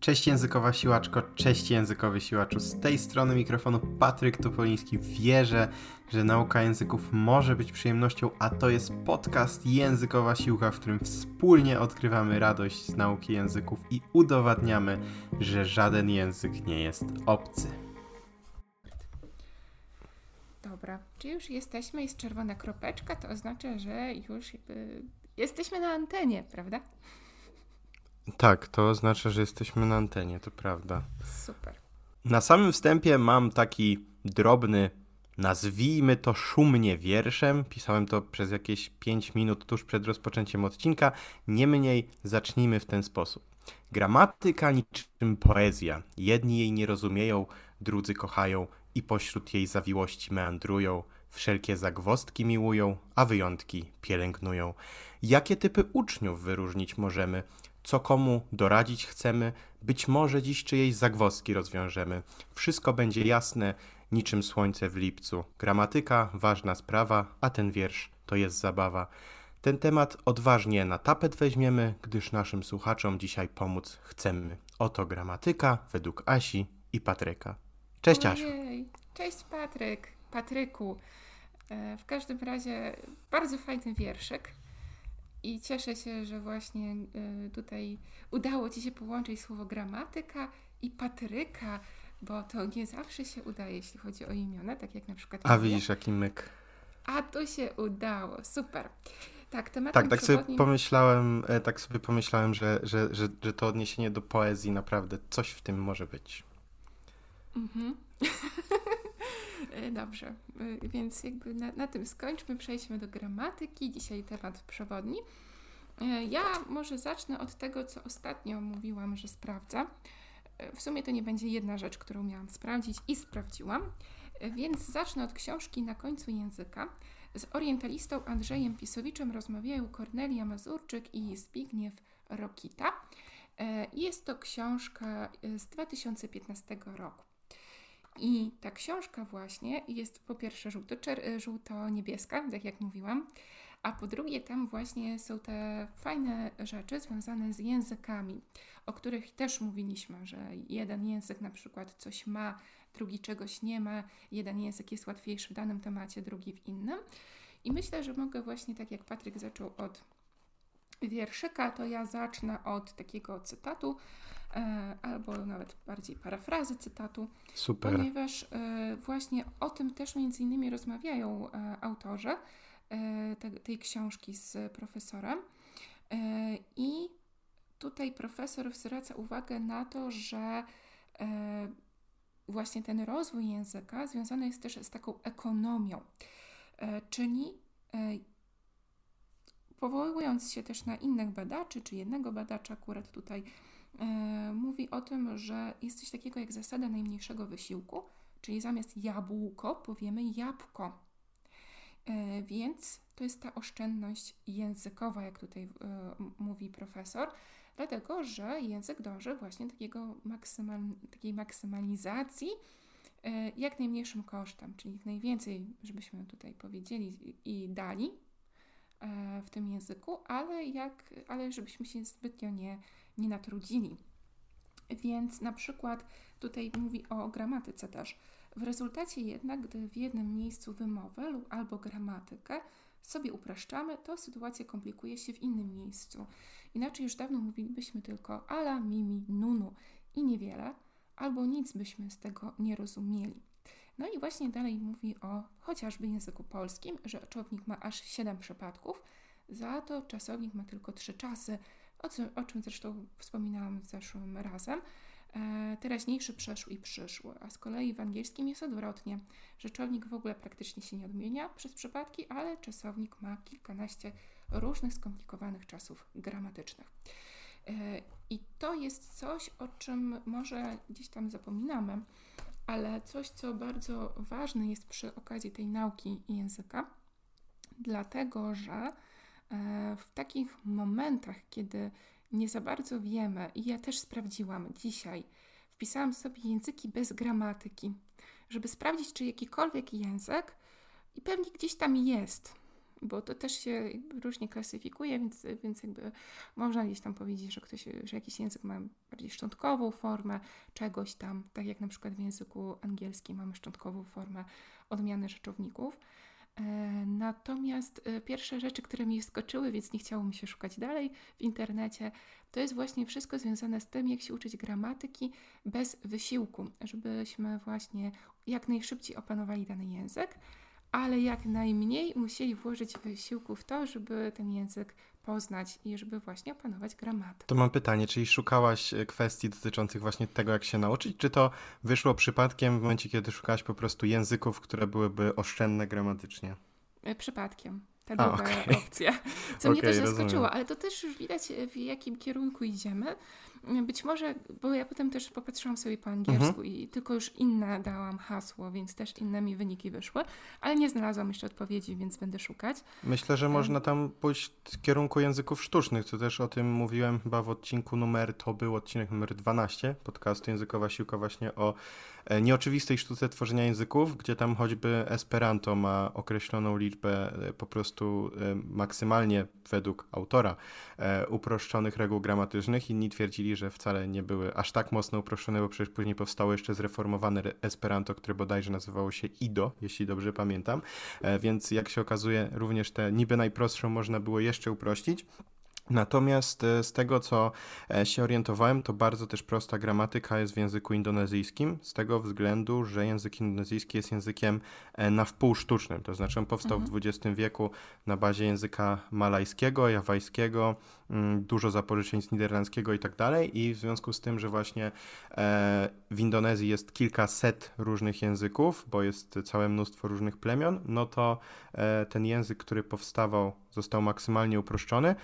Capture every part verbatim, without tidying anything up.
Cześć językowa siłaczko, cześć językowy siłaczu. Z tej strony mikrofonu Patryk Topoliński. Wierzę, że nauka języków może być przyjemnością, a to jest podcast Językowa Siłka, w którym wspólnie odkrywamy radość z nauki języków i udowadniamy, że żaden język nie jest obcy. Dobra, czy już jesteśmy, jest czerwona kropeczka, to oznacza, że już jakby jesteśmy na antenie, prawda? Tak, to oznacza, że jesteśmy na antenie, to prawda. Super. Na samym wstępie mam taki drobny, nazwijmy to szumnie wierszem. Pisałem to przez jakieś pięć minut tuż przed rozpoczęciem odcinka. Niemniej zacznijmy w ten sposób. Gramatyka niczym poezja. Jedni jej nie rozumieją, drudzy kochają i pośród jej zawiłości meandrują. Wszelkie zagwozdki miłują, a wyjątki pielęgnują. Jakie typy uczniów wyróżnić możemy? Co komu doradzić chcemy? Być może dziś czyjejś zagwozdki rozwiążemy. Wszystko będzie jasne, niczym słońce w lipcu. Gramatyka, ważna sprawa, a ten wiersz to jest zabawa. Ten temat odważnie na tapet weźmiemy, gdyż naszym słuchaczom dzisiaj pomóc chcemy. Oto gramatyka według Asi i Patryka. Cześć Asiu. Ojej. Cześć Patryk, Patryku. E, w każdym razie bardzo fajny wierszyk. I cieszę się, że właśnie y, tutaj udało Ci się połączyć słowo gramatyka i Patryka, bo to nie zawsze się udaje, jeśli chodzi o imiona, tak jak na przykład... A widzisz, jaki myk. A to się udało, super. Tak, tematem Tak, tak przewodnim... sobie pomyślałem, tak sobie pomyślałem, że, że, że, że to odniesienie do poezji naprawdę coś w tym może być. Mhm. Dobrze, więc jakby na, na tym skończmy, przejdźmy do gramatyki. Dzisiaj temat przewodni. Ja może zacznę od tego, co ostatnio mówiłam, że sprawdzę. W sumie to nie będzie jedna rzecz, którą miałam sprawdzić i sprawdziłam, więc zacznę od książki Na końcu języka. Z orientalistą Andrzejem Pisowiczem rozmawiają Kornelia Mazurczyk i Zbigniew Rokita. Jest to książka z dwa tysiące piętnastego roku. I ta książka właśnie jest po pierwsze żółto-czer- żółto-niebieska, tak jak mówiłam, a po drugie tam właśnie są te fajne rzeczy związane z językami, o których też mówiliśmy, że jeden język na przykład coś ma, drugi czegoś nie ma, jeden język jest łatwiejszy w danym temacie, drugi w innym. I myślę, że mogę właśnie tak jak Patryk zaczął od wierszyka, to ja zacznę od takiego cytatu, e, albo nawet bardziej parafrazy cytatu. Super. Ponieważ e, właśnie o tym też między innymi rozmawiają e, autorzy e, te, tej książki z profesorem. E, I tutaj profesor zwraca uwagę na to, że e, właśnie ten rozwój języka związany jest też z taką ekonomią, e, czyli e, powołując się też na innych badaczy, czy jednego badacza akurat tutaj e, mówi o tym, że jest coś takiego jak zasada najmniejszego wysiłku, czyli zamiast jabłko powiemy jabłko. E, więc to jest ta oszczędność językowa, jak tutaj e, mówi profesor, dlatego, że język dąży właśnie do takiego maksymal, takiej maksymalizacji e, jak najmniejszym kosztem, czyli najwięcej, żebyśmy tutaj powiedzieli i dali w tym języku, ale, jak, ale żebyśmy się zbytnio nie, nie natrudzili. Więc na przykład tutaj mówi o gramatyce też. W rezultacie jednak, gdy w jednym miejscu wymowę lub albo gramatykę sobie upraszczamy, to sytuacja komplikuje się w innym miejscu. Inaczej już dawno mówilibyśmy tylko ala, mimi, nunu i niewiele, albo nic byśmy z tego nie rozumieli. No i właśnie dalej mówi o chociażby języku polskim, że czasownik ma aż siedem przypadków, za to czasownik ma tylko trzy czasy, o, co, o czym zresztą wspominałam w zeszłym razem. E, teraźniejszy, przeszły i przyszły, a z kolei w angielskim jest odwrotnie, że czasownik w ogóle praktycznie się nie odmienia przez przypadki, ale czasownik ma kilkanaście różnych skomplikowanych czasów gramatycznych. E, I to jest coś, o czym może gdzieś tam zapominamy, ale coś, co bardzo ważne jest przy okazji tej nauki języka, dlatego że w takich momentach, kiedy nie za bardzo wiemy, i ja też sprawdziłam dzisiaj, wpisałam sobie języki bez gramatyki, żeby sprawdzić, czy jakikolwiek język, i pewnie gdzieś tam jest, bo to też się jakby różnie klasyfikuje, więc, więc jakby można gdzieś tam powiedzieć, że ktoś, że jakiś język ma bardziej szczątkową formę czegoś tam, tak jak na przykład w języku angielskim mamy szczątkową formę odmiany rzeczowników. Natomiast pierwsze rzeczy, które mi wskoczyły, więc nie chciało mi się szukać dalej w internecie, to jest właśnie wszystko związane z tym, jak się uczyć gramatyki bez wysiłku, żebyśmy właśnie jak najszybciej opanowali dany język, ale jak najmniej musieli włożyć wysiłku w to, żeby ten język poznać i żeby właśnie opanować gramatykę. To mam pytanie, czyli szukałaś kwestii dotyczących właśnie tego, jak się nauczyć, czy to wyszło przypadkiem w momencie, kiedy szukałaś po prostu języków, które byłyby oszczędne gramatycznie? Przypadkiem. Ta A, druga okej. opcja, co mnie Okej, też zaskoczyło, rozumiem. ale to też już widać, w jakim kierunku idziemy. Być może, bo ja potem też popatrzyłam sobie po angielsku Mhm. i tylko już inne dałam hasło, więc też inne mi wyniki wyszły, ale nie znalazłam jeszcze odpowiedzi, więc będę szukać. Myślę, że można tam pójść w kierunku języków sztucznych, to też o tym mówiłem chyba w odcinku numer, to był odcinek numer dwanaście podcastu Językowa Siłka właśnie o e, nieoczywistej sztuce tworzenia języków, gdzie tam choćby Esperanto ma określoną liczbę e, po prostu e, maksymalnie według autora e, uproszczonych reguł gramatycznych. Inni twierdzili, że wcale nie były aż tak mocno uproszczone, bo przecież później powstało jeszcze zreformowane Esperanto, które bodajże nazywało się Ido, jeśli dobrze pamiętam. E, więc jak się okazuje, również te niby najprostszą można było jeszcze uprościć. Natomiast e, z tego, co e, się orientowałem, to bardzo też prosta gramatyka jest w języku indonezyjskim, z tego względu, że język indonezyjski jest językiem e, na wpół sztucznym, to znaczy on powstał w dwudziestym wieku na bazie języka malajskiego, jawajskiego, mm, dużo zapożyczeń z niderlandzkiego i tak dalej, i w związku z tym, że właśnie e, w Indonezji jest kilkaset różnych języków, bo jest całe mnóstwo różnych plemion, no to e, ten język, który powstawał, został maksymalnie uproszczony.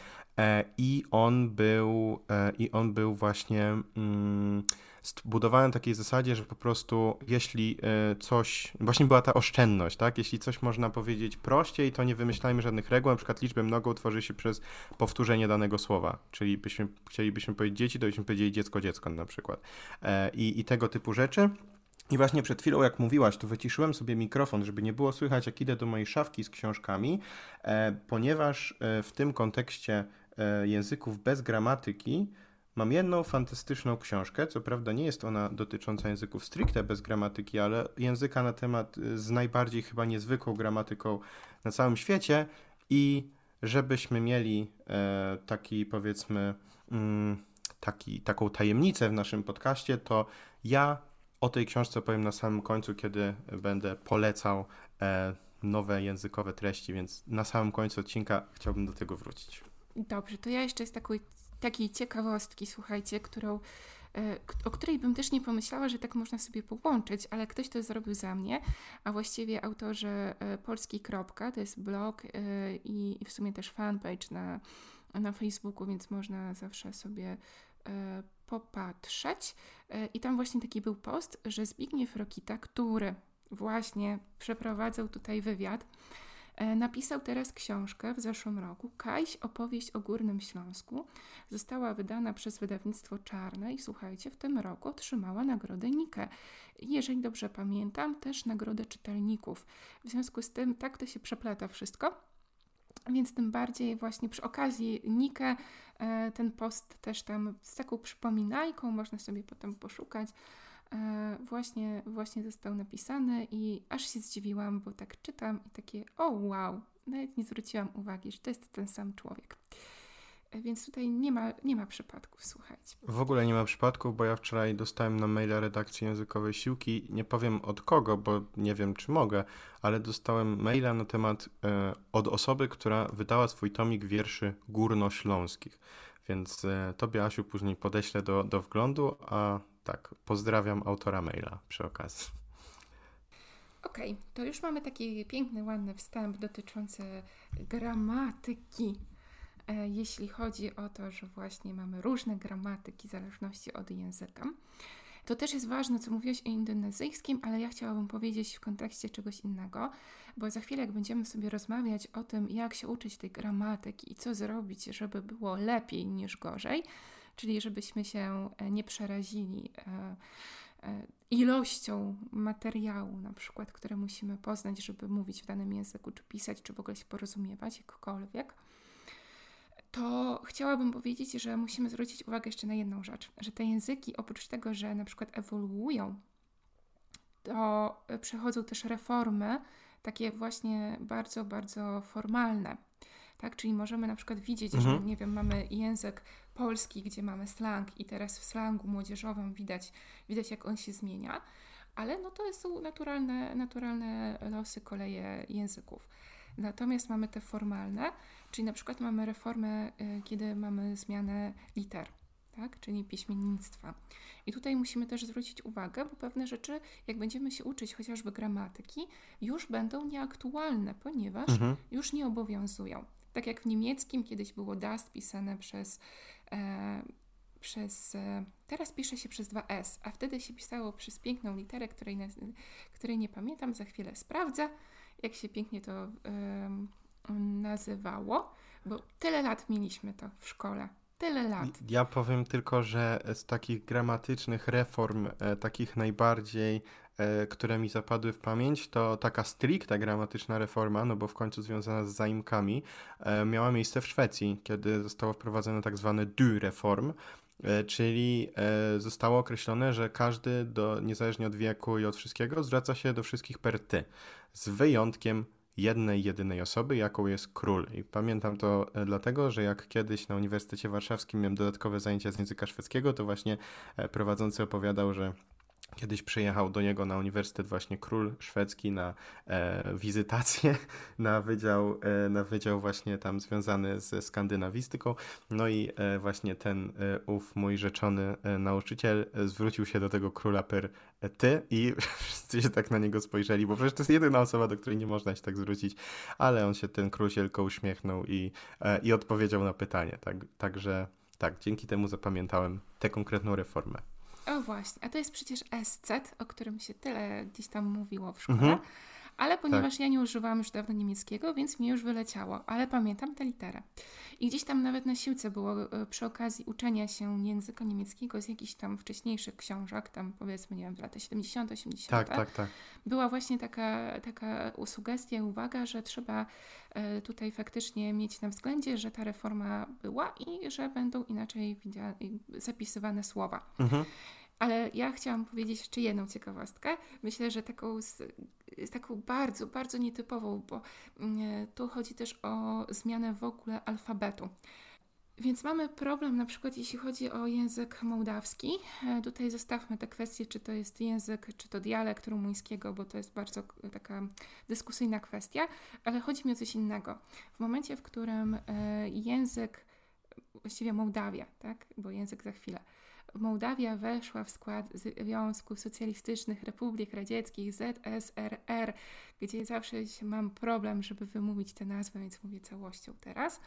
I on był, i on był właśnie mm, zbudowany na takiej zasadzie, że po prostu jeśli coś, właśnie była ta oszczędność, tak? Jeśli coś można powiedzieć prościej, to nie wymyślajmy żadnych reguł, na przykład liczbę mnogą tworzy się przez powtórzenie danego słowa, czyli byśmy, chcielibyśmy powiedzieć dzieci, to byśmy powiedzieli dziecko, dziecko na przykład. I, i tego typu rzeczy. I właśnie przed chwilą, jak mówiłaś, to wyciszyłem sobie mikrofon, żeby nie było słychać, jak idę do mojej szafki z książkami, e, ponieważ e, w tym kontekście e, języków bez gramatyki mam jedną fantastyczną książkę. Co prawda nie jest ona dotycząca języków stricte bez gramatyki, ale języka na temat e, z najbardziej chyba niezwykłą gramatyką na całym świecie. I żebyśmy mieli e, taki, powiedzmy, mm, taki, taką tajemnicę w naszym podcaście, to ja o tej książce powiem na samym końcu, kiedy będę polecał e, nowe językowe treści, więc na samym końcu odcinka chciałbym do tego wrócić. Dobrze, to ja jeszcze z takiej, takiej ciekawostki, słuchajcie, którą, e, o której bym też nie pomyślała, że tak można sobie połączyć, ale ktoś to zrobił za mnie, a właściwie autorzy e, Polski Kropka, to jest blog e, i, i w sumie też fanpage na, na Facebooku, więc można zawsze sobie e, popatrzeć. I tam właśnie taki był post, że Zbigniew Rokita, który właśnie przeprowadzał tutaj wywiad, napisał teraz książkę w zeszłym roku. Kajś, opowieść o Górnym Śląsku. Została wydana przez wydawnictwo Czarne i słuchajcie, w tym roku otrzymała nagrodę Nikę. Jeżeli dobrze pamiętam, też nagrodę czytelników. W związku z tym tak to się przeplata wszystko. Więc tym bardziej właśnie przy okazji Nikę ten post też tam z taką przypominajką, można sobie potem poszukać, właśnie, właśnie został napisany i aż się zdziwiłam, bo tak czytam i takie o wow, nawet nie zwróciłam uwagi, że to jest ten sam człowiek. Więc tutaj nie ma, nie ma przypadków, słuchajcie. W ogóle nie ma przypadków, bo ja wczoraj dostałem na maila redakcji językowej Siłki, nie powiem od kogo, bo nie wiem, czy mogę, ale dostałem maila na temat e, od osoby, która wydała swój tomik wierszy górnośląskich. Więc e, tobie, Asiu, później podeślę do, do wglądu, a tak, pozdrawiam autora maila przy okazji. Okej, okay, to już mamy taki piękny, ładny wstęp dotyczący gramatyki. Jeśli chodzi o to, że właśnie mamy różne gramatyki w zależności od języka. To też jest ważne, co mówiłaś o indonezyjskim, ale ja chciałabym powiedzieć w kontekście czegoś innego, bo za chwilę, jak będziemy sobie rozmawiać o tym, jak się uczyć tej gramatyki i co zrobić, żeby było lepiej niż gorzej, czyli żebyśmy się nie przerazili ilością materiału, na przykład, które musimy poznać, żeby mówić w danym języku, czy pisać, czy w ogóle się porozumiewać, jakkolwiek, to chciałabym powiedzieć, że musimy zwrócić uwagę jeszcze na jedną rzecz, że te języki oprócz tego, że na przykład ewoluują, to przechodzą też reformy, takie właśnie bardzo, bardzo formalne. Tak? Czyli możemy na przykład widzieć, Mhm. że nie wiem, mamy język polski, gdzie mamy slang i teraz w slangu młodzieżowym widać, widać jak on się zmienia, ale no to są naturalne, naturalne losy, koleje języków. Natomiast mamy te formalne, czyli na przykład mamy reformę, y, kiedy mamy zmianę liter, tak? Czyli piśmiennictwa. I tutaj musimy też zwrócić uwagę, bo pewne rzeczy, jak będziemy się uczyć chociażby gramatyki, już będą nieaktualne, ponieważ Mhm. już nie obowiązują. Tak jak w niemieckim kiedyś było das pisane przez, e, przez e, teraz pisze się przez dwa S, a wtedy się pisało przez piękną literę, której, naz- której nie pamiętam, za chwilę sprawdzę, jak się pięknie to e, nazywało, bo tyle lat mieliśmy to w szkole. Tyle lat. Ja powiem tylko, że z takich gramatycznych reform, e, takich najbardziej, e, które mi zapadły w pamięć, to taka stricta gramatyczna reforma, no bo w końcu związana z zaimkami, e, miała miejsce w Szwecji, kiedy zostało wprowadzone tak zwane du-reform, e, czyli e, zostało określone, że każdy, do, niezależnie od wieku i od wszystkiego, zwraca się do wszystkich per ty, z wyjątkiem jednej, jedynej osoby, jaką jest król. I pamiętam to e, dlatego, że jak kiedyś na Uniwersytecie Warszawskim miałem dodatkowe zajęcia z języka szwedzkiego, to właśnie e, prowadzący opowiadał, że kiedyś przyjechał do niego na uniwersytet właśnie król szwedzki na e, wizytację, na wydział, e, na wydział właśnie tam związany ze skandynawistyką. No i e, właśnie ten e, ów mój rzeczony e, nauczyciel e, zwrócił się do tego króla per e, ty i wszyscy się tak na niego spojrzeli, bo przecież to jest jedyna osoba, do której nie można się tak zwrócić, ale on się, ten król się tylko uśmiechnął i, e, i odpowiedział na pytanie. Tak, także tak, dzięki temu zapamiętałem tę konkretną reformę. O właśnie, a to jest przecież escet, o którym się tyle gdzieś tam mówiło w szkole, Mhm, ale tak. ponieważ ja nie używałam już dawno niemieckiego, więc mi już wyleciało, ale pamiętam tę literę. I gdzieś tam nawet na siłce było e, przy okazji uczenia się języka niemieckiego z jakichś tam wcześniejszych książek, tam powiedzmy, nie wiem, w lata siedemdziesiąte, osiemdziesiąte. Tak, tak, tak. Była właśnie taka, taka sugestia i uwaga, że trzeba e, tutaj faktycznie mieć na względzie, że ta reforma była i że będą inaczej widzia- zapisywane słowa. Mhm. Ale ja chciałam powiedzieć jeszcze jedną ciekawostkę. Myślę, że taką, z, z taką bardzo, bardzo nietypową, bo mm, tu chodzi też o zmianę w ogóle alfabetu. Więc mamy problem na przykład jeśli chodzi o język mołdawski. E, Tutaj zostawmy te kwestie, czy to jest język, czy to dialekt rumuńskiego, bo to jest bardzo k- taka dyskusyjna kwestia, ale chodzi mi o coś innego. W momencie, w którym e, język, właściwie Mołdawia, tak, bo język za chwilę, Mołdawia weszła w skład Związku Socjalistycznych Republik Radzieckich Z S R R, gdzie zawsze się mam problem, żeby wymówić tę nazwę, więc mówię całością teraz,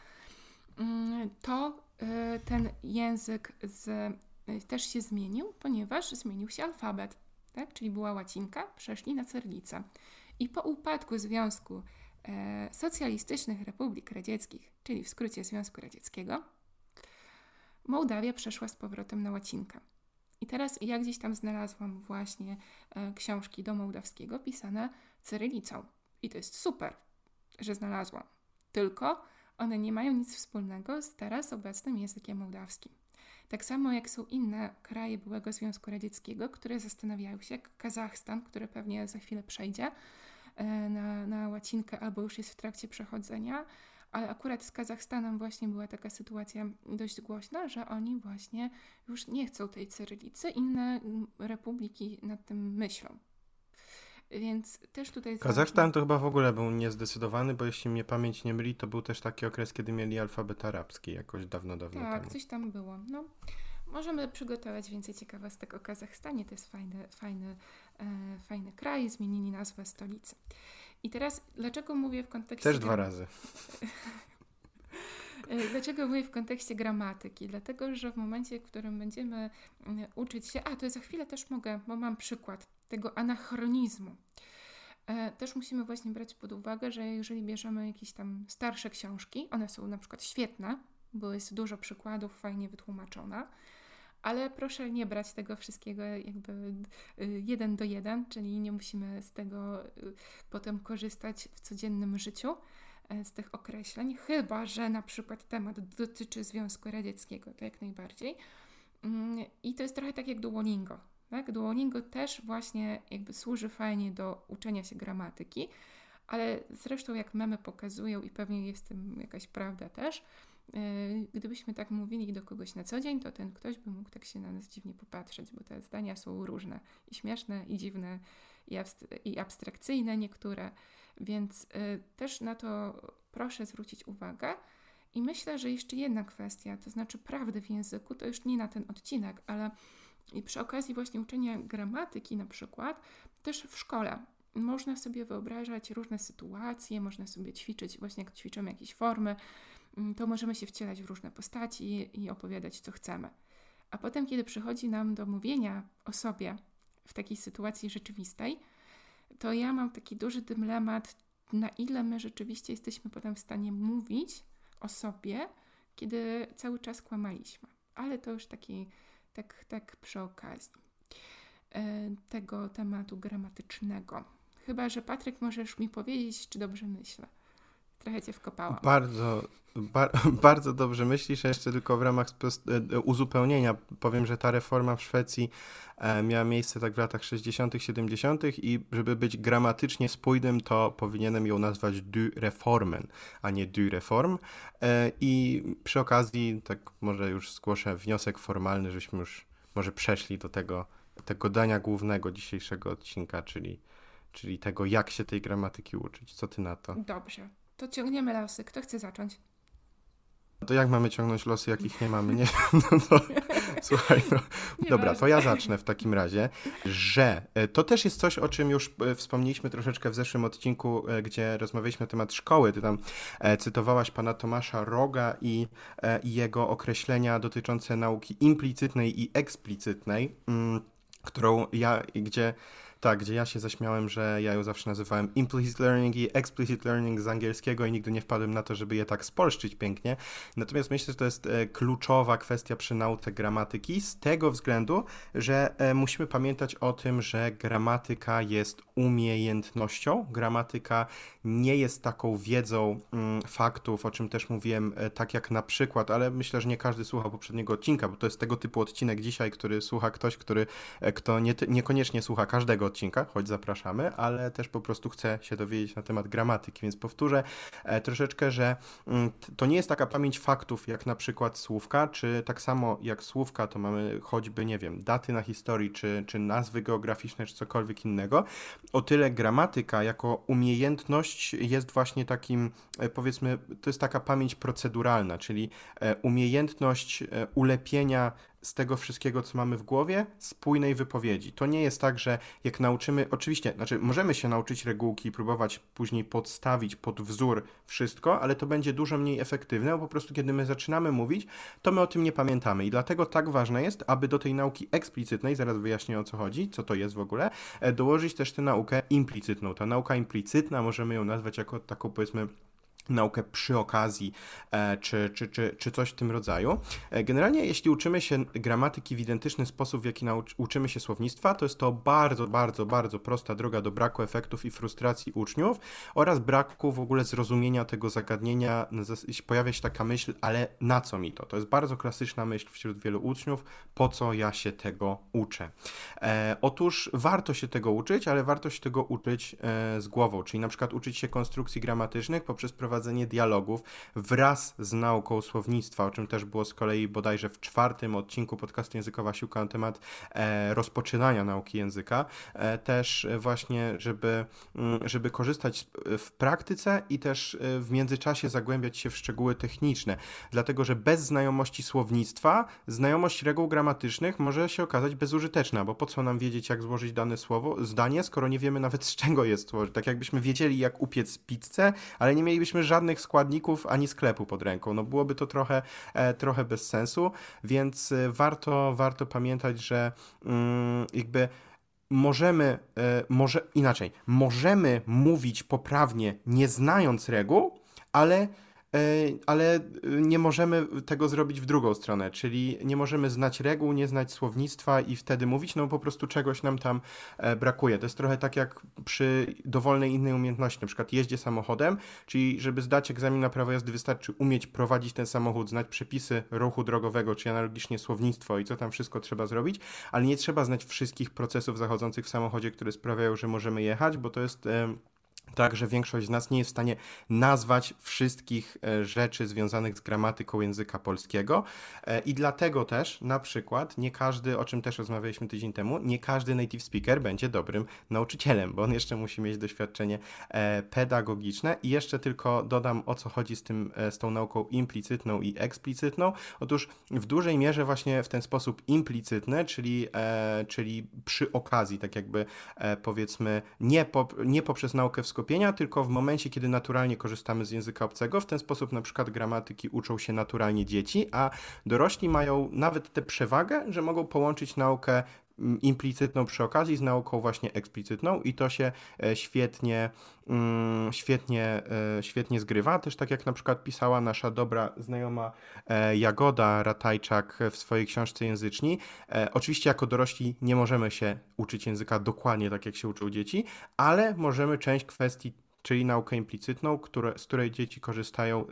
Mm, to y, ten język z, y, też się zmienił, ponieważ zmienił się alfabet, tak? Czyli była łacinka, przeszli na cyrylicę. I po upadku Związku e, Socjalistycznych Republik Radzieckich, czyli w skrócie Związku Radzieckiego, Mołdawia przeszła z powrotem na łacinkę. I teraz ja gdzieś tam znalazłam właśnie e, książki do mołdawskiego pisane cyrylicą. I to jest super, że znalazłam. Tylko one nie mają nic wspólnego z teraz obecnym językiem mołdawskim. Tak samo jak są inne kraje byłego Związku Radzieckiego, które zastanawiają się, jak Kazachstan, który pewnie za chwilę przejdzie e, na, na łacinkę albo już jest w trakcie przechodzenia, ale akurat z Kazachstanem właśnie była taka sytuacja dość głośna, że oni właśnie już nie chcą tej cyrylicy, inne mm, republiki nad tym myślą. Więc też tutaj jest Kazachstan ważne. to chyba w ogóle był niezdecydowany, bo jeśli mnie pamięć nie myli, to był też taki okres, kiedy mieli alfabet arabski jakoś dawno, dawno Tak, temu. coś tam było. No, możemy przygotować więcej ciekawostek o Kazachstanie. To jest fajny, fajny, e, fajny kraj. Zmienili nazwę stolicy. I teraz, dlaczego mówię w kontekście... Też dwa gram- razy. E, Dlaczego mówię w kontekście gramatyki? Dlatego, że w momencie, w którym będziemy mm, uczyć się... A, to za chwilę też mogę, bo mam przykład tego anachronizmu. E, Też musimy właśnie brać pod uwagę, że jeżeli bierzemy jakieś tam starsze książki, one są na przykład świetne, bo jest dużo przykładów, fajnie wytłumaczone, ale proszę nie brać tego wszystkiego jakby y, jeden do jeden, czyli nie musimy z tego y, potem korzystać w codziennym życiu, y, z tych określeń, chyba że na przykład temat dotyczy Związku Radzieckiego, to jak najbardziej. Y, I to jest trochę tak jak Duolingo. Tak? Duolingo też właśnie jakby służy fajnie do uczenia się gramatyki, ale zresztą jak memy pokazują i pewnie jest w tym jakaś prawda też, yy, gdybyśmy tak mówili do kogoś na co dzień, to ten ktoś by mógł tak się na nas dziwnie popatrzeć, bo te zdania są różne i śmieszne, i dziwne, i, abst- i abstrakcyjne niektóre, więc yy, też na to proszę zwrócić uwagę. I myślę, że jeszcze jedna kwestia, to znaczy prawdy w języku, to już nie na ten odcinek, ale i przy okazji właśnie uczenia gramatyki na przykład, też w szkole można sobie wyobrażać różne sytuacje, można sobie ćwiczyć, właśnie jak ćwiczymy jakieś formy, to możemy się wcielać w różne postaci i opowiadać, co chcemy. A potem, kiedy przychodzi nam do mówienia o sobie w takiej sytuacji rzeczywistej, to ja mam taki duży dylemat, na ile my rzeczywiście jesteśmy potem w stanie mówić o sobie, kiedy cały czas kłamaliśmy. Ale to już taki, tak, tak przy okazji e, tego tematu gramatycznego. Chyba że Patryk, możesz mi powiedzieć, czy dobrze myślę. Trochę cię wkopałam. Bardzo, bar, bardzo dobrze myślisz, a jeszcze tylko w ramach sprost- uzupełnienia powiem, że ta reforma w Szwecji e, miała miejsce tak w latach sześćdziesiątych, siedemdziesiątych i żeby być gramatycznie spójnym, to powinienem ją nazwać du Reformen, a nie du Reform. E, I przy okazji, tak może już zgłoszę wniosek formalny, żebyśmy już może przeszli do tego, tego dania głównego dzisiejszego odcinka, czyli, czyli tego, jak się tej gramatyki uczyć. Co ty na to? Dobrze. To ciągniemy losy. Kto chce zacząć? No to jak mamy ciągnąć losy, jakich nie mamy? Nie wiem, no to słuchaj, no. Dobra, to ja zacznę w takim razie, że e, to też jest coś, o czym już e, wspomnieliśmy troszeczkę w zeszłym odcinku, e, gdzie rozmawialiśmy na temat szkoły. Ty tam e, cytowałaś pana Tomasza Roga i, e, i jego określenia dotyczące nauki implicytnej i eksplicytnej, mm, którą ja, gdzie Tak, gdzie ja się zaśmiałem, że ja ją zawsze nazywałem implicit learning i explicit learning z angielskiego i nigdy nie wpadłem na to, żeby je tak spolszczyć pięknie. Natomiast myślę, że to jest e, kluczowa kwestia przy nauce gramatyki z tego względu, że e, musimy pamiętać o tym, że gramatyka jest umiejętnością. Gramatyka nie jest taką wiedzą mm, faktów, o czym też mówiłem, e, tak jak na przykład, ale myślę, że nie każdy słuchał poprzedniego odcinka, bo to jest tego typu odcinek dzisiaj, który słucha ktoś, który, e, kto nie, niekoniecznie słucha każdego odcinka, choć zapraszamy, ale też po prostu chcę się dowiedzieć na temat gramatyki, więc powtórzę e, troszeczkę, że mm, to nie jest taka pamięć faktów, jak na przykład słówka, czy tak samo jak słówka, to mamy choćby, nie wiem, daty na historii, czy, czy nazwy geograficzne, czy cokolwiek innego. O tyle gramatyka jako umiejętność jest właśnie takim, e, powiedzmy, to jest taka pamięć proceduralna, czyli e, umiejętność e, ulepienia z tego wszystkiego, co mamy w głowie, spójnej wypowiedzi. To nie jest tak, że jak nauczymy, oczywiście, znaczy możemy się nauczyć regułki i próbować później podstawić pod wzór wszystko, ale to będzie dużo mniej efektywne, bo po prostu kiedy my zaczynamy mówić, to my o tym nie pamiętamy i dlatego tak ważne jest, aby do tej nauki eksplicytnej, zaraz wyjaśnię o co chodzi, co to jest w ogóle, dołożyć też tę naukę implicytną. Ta nauka implicytna, możemy ją nazwać jako taką, powiedzmy, naukę przy okazji, e, czy, czy, czy, czy coś w tym rodzaju. E, generalnie jeśli uczymy się gramatyki w identyczny sposób, w jaki nauc- uczymy się słownictwa, to jest to bardzo, bardzo, bardzo prosta droga do braku efektów i frustracji uczniów oraz braku w ogóle zrozumienia tego zagadnienia. Pojawia się taka myśl, ale na co mi to? To jest bardzo klasyczna myśl wśród wielu uczniów, po co ja się tego uczę. E, otóż warto się tego uczyć, ale warto się tego uczyć e, z głową, czyli na przykład uczyć się konstrukcji gramatycznych poprzez prowadzenie prowadzenie dialogów wraz z nauką słownictwa, o czym też było z kolei bodajże w czwartym odcinku podcastu Językowa Siłka na temat e, rozpoczynania nauki języka. E, też właśnie, żeby, żeby korzystać w praktyce i też w międzyczasie zagłębiać się w szczegóły techniczne, dlatego, że bez znajomości słownictwa znajomość reguł gramatycznych może się okazać bezużyteczna, bo po co nam wiedzieć, jak złożyć dane słowo, zdanie, skoro nie wiemy nawet z czego jest złożyć. Tak jakbyśmy wiedzieli, jak upiec pizzę, ale nie mielibyśmy żadnych składników ani sklepu pod ręką. No byłoby to trochę, e, trochę bez sensu, więc e, warto, warto pamiętać, że mm, jakby możemy, e, może inaczej, możemy mówić poprawnie nie znając reguł, ale ale nie możemy tego zrobić w drugą stronę, czyli nie możemy znać reguł, nie znać słownictwa i wtedy mówić, no po prostu czegoś nam tam brakuje. To jest trochę tak jak przy dowolnej innej umiejętności, na przykład jeździe samochodem, czyli żeby zdać egzamin na prawo jazdy wystarczy umieć prowadzić ten samochód, znać przepisy ruchu drogowego, czy analogicznie słownictwo i co tam wszystko trzeba zrobić, ale nie trzeba znać wszystkich procesów zachodzących w samochodzie, które sprawiają, że możemy jechać, bo to jest tak, że większość z nas nie jest w stanie nazwać wszystkich rzeczy związanych z gramatyką języka polskiego i dlatego też na przykład nie każdy, o czym też rozmawialiśmy tydzień temu, nie każdy native speaker będzie dobrym nauczycielem, bo on jeszcze musi mieć doświadczenie pedagogiczne i jeszcze tylko dodam, o co chodzi z tym, z tą nauką implicytną i eksplicytną. Otóż w dużej mierze właśnie w ten sposób implicytny, czyli, czyli przy okazji, tak jakby powiedzmy nie, po, nie poprzez naukę w skopienia, tylko w momencie, kiedy naturalnie korzystamy z języka obcego. W ten sposób na przykład gramatyki uczą się naturalnie dzieci, a dorośli mają nawet tę przewagę, że mogą połączyć naukę implicytną przy okazji z nauką właśnie eksplicytną i to się świetnie, świetnie, świetnie zgrywa. Też tak jak na przykład pisała nasza dobra znajoma Jagoda Ratajczak w swojej książce Języczni. Oczywiście jako dorośli nie możemy się uczyć języka dokładnie tak jak się uczą dzieci, ale możemy część kwestii, czyli naukę implicytną, które, z której dzieci korzystają,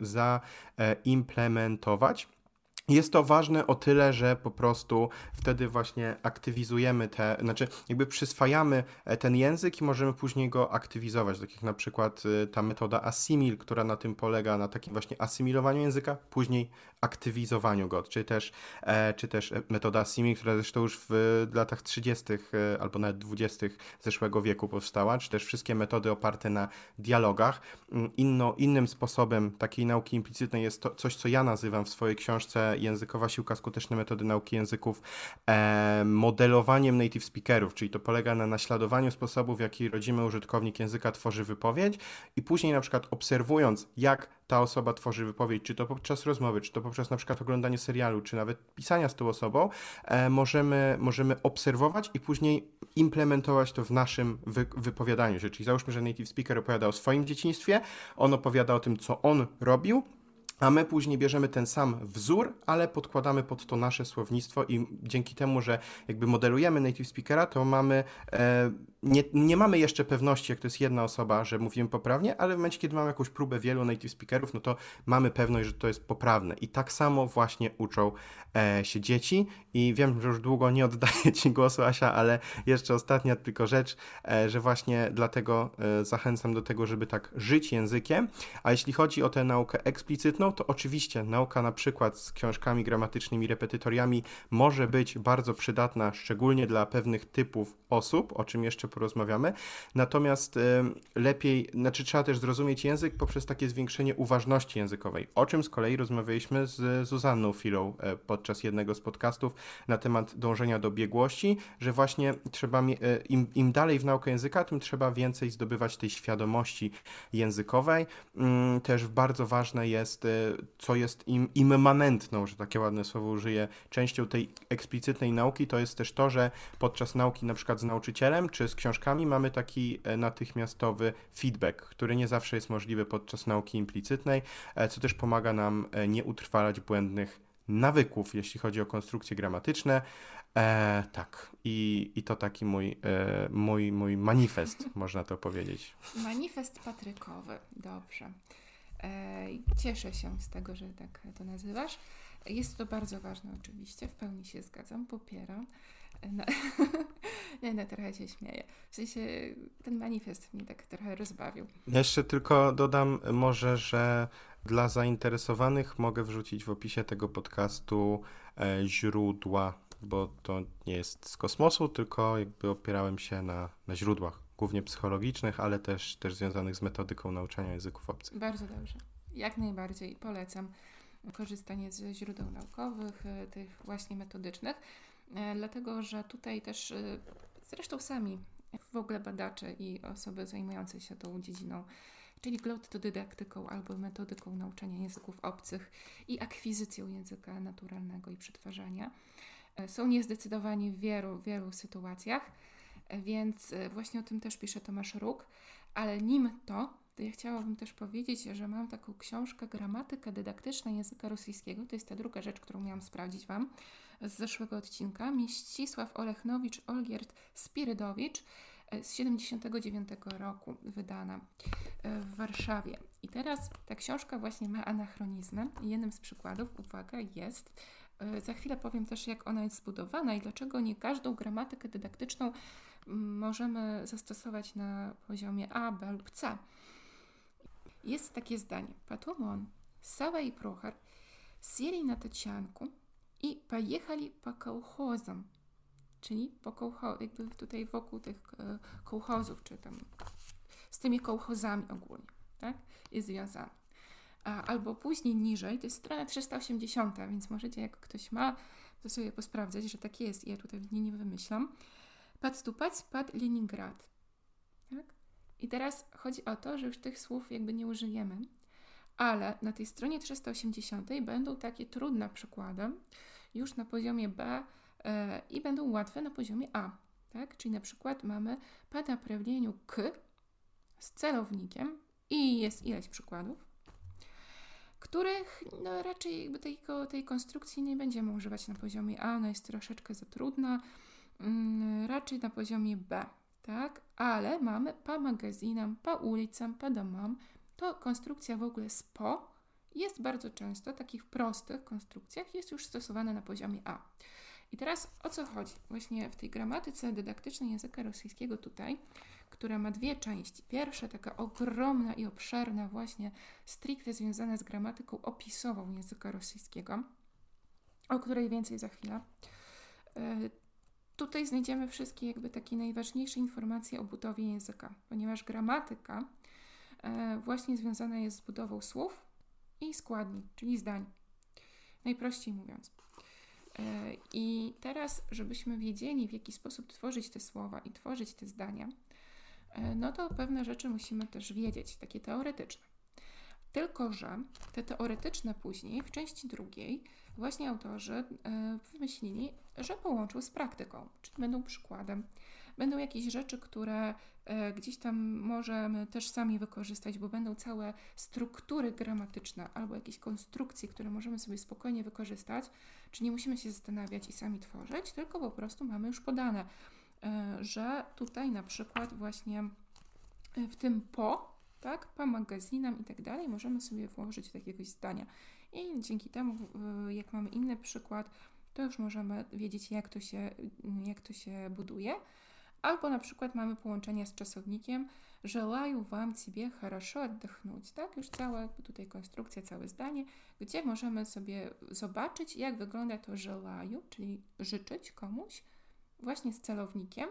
zaimplementować. Jest to ważne o tyle, że po prostu wtedy właśnie aktywizujemy te, znaczy jakby przyswajamy ten język i możemy później go aktywizować, tak jak na przykład ta metoda Assimil, która na tym polega, na takim właśnie asymilowaniu języka, później aktywizowaniu go, czy też, czy też metoda Assimil, która zresztą już w latach trzydziestych albo nawet dwudziestych zeszłego wieku powstała, czy też wszystkie metody oparte na dialogach. Inno, innym sposobem takiej nauki implicytnej jest to coś, co ja nazywam w swojej książce Językowa siłka, skuteczne metody nauki języków, e, modelowaniem native speakerów, czyli to polega na naśladowaniu sposobów, w jaki rodzimy użytkownik języka tworzy wypowiedź i później na przykład obserwując, jak ta osoba tworzy wypowiedź, czy to podczas rozmowy, czy to poprzez na przykład oglądanie serialu, czy nawet pisania z tą osobą, e, możemy, możemy obserwować i później implementować to w naszym wy, wypowiadaniu się. Czyli załóżmy, że native speaker opowiada o swoim dzieciństwie, on opowiada o tym, co on robił, a my później bierzemy ten sam wzór, ale podkładamy pod to nasze słownictwo i dzięki temu, że jakby modelujemy native speakera, to mamy, e, nie, nie mamy jeszcze pewności, jak to jest jedna osoba, że mówimy poprawnie, ale w momencie, kiedy mamy jakąś próbę wielu native speakerów, no to mamy pewność, że to jest poprawne. I tak samo właśnie uczą e, się dzieci i wiem, że już długo nie oddaję Ci głosu, Asia, ale jeszcze ostatnia tylko rzecz, e, że właśnie dlatego e, zachęcam do tego, żeby tak żyć językiem, a jeśli chodzi o tę naukę eksplicytną, to oczywiście nauka na przykład z książkami gramatycznymi, repetytoriami może być bardzo przydatna, szczególnie dla pewnych typów osób, o czym jeszcze porozmawiamy, natomiast y, lepiej, znaczy trzeba też zrozumieć język poprzez takie zwiększenie uważności językowej, o czym z kolei rozmawialiśmy z Zuzanną Filą y, podczas jednego z podcastów na temat dążenia do biegłości, że właśnie trzeba, y, im, im dalej w naukę języka, tym trzeba więcej zdobywać tej świadomości językowej. Y, też bardzo ważne jest, y, co jest im, immanentną, że takie ładne słowo użyję, częścią tej eksplicytnej nauki, to jest też to, że podczas nauki na przykład z nauczycielem czy z książkami mamy taki natychmiastowy feedback, który nie zawsze jest możliwy podczas nauki implicytnej, co też pomaga nam nie utrwalać błędnych nawyków, jeśli chodzi o konstrukcje gramatyczne. E, tak, I, i to taki mój, e, mój, mój manifest, można to powiedzieć. Manifest patrykowy, dobrze. E, cieszę się z tego, że tak to nazywasz. Jest to bardzo ważne oczywiście, w pełni się zgadzam, popieram. No, nie, no, trochę się śmieję. W sensie ten manifest mnie tak trochę rozbawił. Jeszcze tylko dodam może, że dla zainteresowanych mogę wrzucić w opisie tego podcastu e, źródła, bo to nie jest z kosmosu, tylko jakby opierałem się na, na źródłach, głównie psychologicznych, ale też, też związanych z metodyką nauczania języków obcych. Bardzo dobrze. Jak najbardziej polecam korzystanie z źródeł naukowych, tych właśnie metodycznych, dlatego że tutaj też zresztą sami w ogóle badacze i osoby zajmujące się tą dziedziną, czyli glottodydaktyką albo metodyką nauczania języków obcych i akwizycją języka naturalnego i przetwarzania, są niezdecydowani w wielu, wielu sytuacjach, więc właśnie o tym też pisze Tomasz Róg, ale nim to to ja chciałabym też powiedzieć, że mam taką książkę Gramatyka dydaktyczna języka rosyjskiego. To jest ta druga rzecz, którą miałam sprawdzić Wam z zeszłego odcinka. Mieścisław Olechnowicz, Olgierd Spirydowicz z siedemdziesiątego dziewiątego roku wydana w Warszawie. I teraz ta książka właśnie ma anachronizmy. Jednym z przykładów, uwaga, jest, za chwilę powiem też, jak ona jest zbudowana i dlaczego nie każdą gramatykę dydaktyczną możemy zastosować na poziomie A, B lub C. Jest takie zdanie. Потом Сава и Прохор сели на тачанку i pojechali po kołchozom, czyli po kołcho, jakby tutaj wokół tych kołchozów, czy tam z tymi kołchozami ogólnie, tak, jest związane. A, albo później niżej, to jest strona trzysta osiemdziesiąta, więc możecie, jak ktoś ma, to sobie posprawdzać, że takie jest. Ja tutaj nie, nie wymyślam. Podstupać pod Leningrad. Tak? I teraz chodzi o to, że już tych słów jakby nie użyjemy, ale na tej stronie trzysta osiemdziesiątej będą takie trudne przykłady już na poziomie B e, i będą łatwe na poziomie A. Tak? Czyli na przykład mamy po naprawleniu k z celownikiem i jest ileś przykładów, których no, raczej jakby tej, tej konstrukcji nie będziemy używać na poziomie A, ona jest troszeczkę za trudna, mm, raczej na poziomie B, tak? Ale mamy po magazynam, po ulicam, po domam. To konstrukcja w ogóle z po jest bardzo często, takich prostych konstrukcjach, jest już stosowana na poziomie A. I teraz o co chodzi? Właśnie w tej gramatyce dydaktycznej języka rosyjskiego tutaj, która ma dwie części. Pierwsza taka ogromna i obszerna właśnie stricte związana z gramatyką opisową języka rosyjskiego, o której więcej za chwilę. Tutaj znajdziemy wszystkie jakby takie najważniejsze informacje o budowie języka, ponieważ gramatyka właśnie związana jest z budową słów i składni, czyli zdań. Najprościej mówiąc. I teraz, żebyśmy wiedzieli, w jaki sposób tworzyć te słowa i tworzyć te zdania, no to pewne rzeczy musimy też wiedzieć, takie teoretyczne. Tylko że te teoretyczne później, w części drugiej, właśnie autorzy wymyślili, że połączą z praktyką, czyli będą przykładem. Będą jakieś rzeczy, które gdzieś tam możemy też sami wykorzystać, bo będą całe struktury gramatyczne albo jakieś konstrukcje, które możemy sobie spokojnie wykorzystać, czyli nie musimy się zastanawiać i sami tworzyć, tylko po prostu mamy już podane, że tutaj na przykład właśnie w tym po, tak, po magazynam i tak dalej, możemy sobie włożyć do jakiegoś zdania. I dzięki temu, jak mamy inny przykład, to już możemy wiedzieć, jak to się, jak to się buduje. Albo na przykład mamy połączenie z czasownikiem Желаю wam ciebie хорошо отдохнуть. Tak, już cała jakby tutaj konstrukcja, całe zdanie, gdzie możemy sobie zobaczyć, jak wygląda to желаю, czyli życzyć komuś, właśnie z celownikiem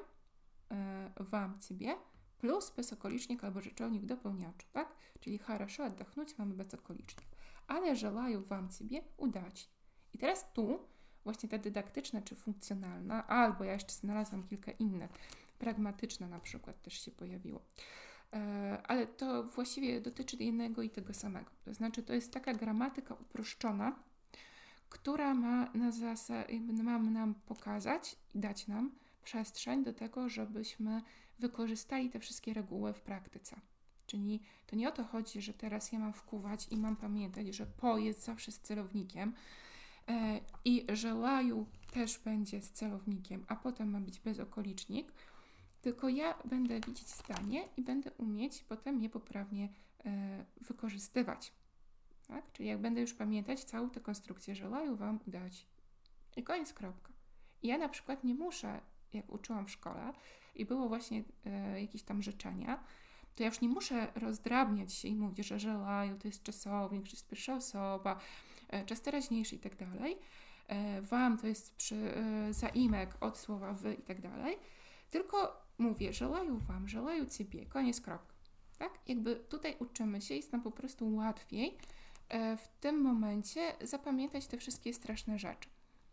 wam ciebie, plus bezokolicznik albo rzeczownik dopełniacz, tak? Czyli хорошо отдохнуть mamy bezokolicznik. Ale желаю wam ciebie udać. I teraz tu właśnie ta dydaktyczna czy funkcjonalna, albo ja jeszcze znalazłam kilka innych, pragmatyczna na przykład też się pojawiło. E, ale to właściwie dotyczy jednego i tego samego. To znaczy to jest taka gramatyka uproszczona, która ma, na zasa- ma nam pokazać i dać nam przestrzeń do tego, żebyśmy wykorzystali te wszystkie reguły w praktyce. Czyli to nie o to chodzi, że teraz ja mam wkuwać i mam pamiętać, że po jest zawsze z celownikiem e, i желаю też będzie z celownikiem, a potem ma być bezokolicznik, tylko ja będę widzieć zdanie i będę umieć potem je poprawnie e, wykorzystywać. Tak? Czyli jak będę już pamiętać całą tę konstrukcję, желаю wam udać. I koniec, kropka. I ja na przykład nie muszę, jak uczyłam w szkole i było właśnie e, jakieś tam życzenia, to ja już nie muszę rozdrabniać się i mówić, że желаю to jest czasownik, że jest pierwsza osoba, e, czas teraźniejszy i tak dalej. E, wam to jest przy, e, zaimek od słowa wy i tak dalej. Tylko mówię, желаю wam, желаю ciebie, koniec, kropka. Tak? Jakby tutaj uczymy się, jest nam po prostu łatwiej e, w tym momencie zapamiętać te wszystkie straszne rzeczy.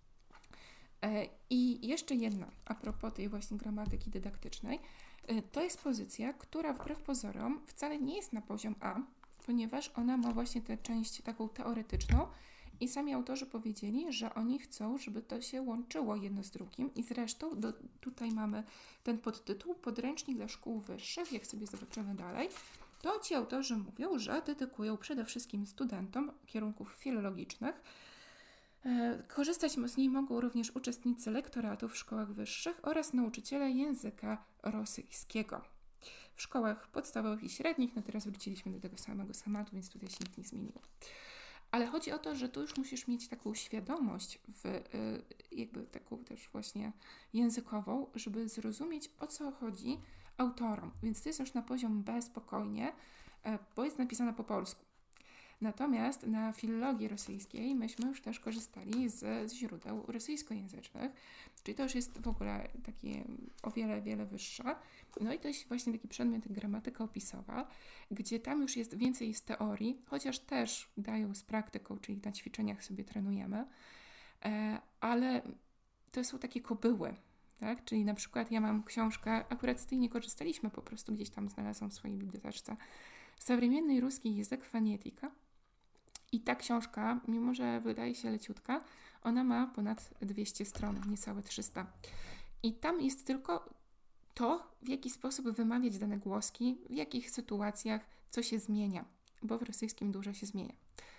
I jeszcze jedna, a propos tej właśnie gramatyki dydaktycznej, to jest pozycja, która wbrew pozorom wcale nie jest na poziom A, ponieważ ona ma właśnie tę część taką teoretyczną i sami autorzy powiedzieli, że oni chcą, żeby to się łączyło jedno z drugim i zresztą do, tutaj mamy ten podtytuł Podręcznik dla szkół wyższych, jak sobie zobaczymy dalej, to ci autorzy mówią, że dedykują przede wszystkim studentom kierunków filologicznych. Korzystać z niej mogą również uczestnicy lektoratu w szkołach wyższych oraz nauczyciele języka rosyjskiego. W szkołach podstawowych i średnich, no teraz wróciliśmy do tego samego schematu, więc tutaj się nic nie zmieniło. Ale chodzi o to, że tu już musisz mieć taką świadomość, w, jakby taką też właśnie językową, żeby zrozumieć, o co chodzi autorom. Więc to jest już na poziom B spokojnie, bo jest napisane po polsku. Natomiast na filologii rosyjskiej myśmy już też korzystali z, z źródeł rosyjskojęzycznych, czyli to już jest w ogóle takie o wiele, wiele wyższe. No i to jest właśnie taki przedmiot jak gramatyka opisowa, gdzie tam już jest więcej z teorii, chociaż też dają z praktyką, czyli na ćwiczeniach sobie trenujemy, e, ale to są takie kobyły, tak? Czyli na przykład ja mam książkę, akurat z tej nie korzystaliśmy, po prostu gdzieś tam znalazłam w swojej biblioteczce, Современный ruski język fonetyka. I ta książka, mimo że wydaje się leciutka, ona ma ponad dwieście stron, niecałe trzysta. I tam jest tylko to, w jaki sposób wymawiać dane głoski, w jakich sytuacjach, co się zmienia, bo w rosyjskim dużo się zmienia.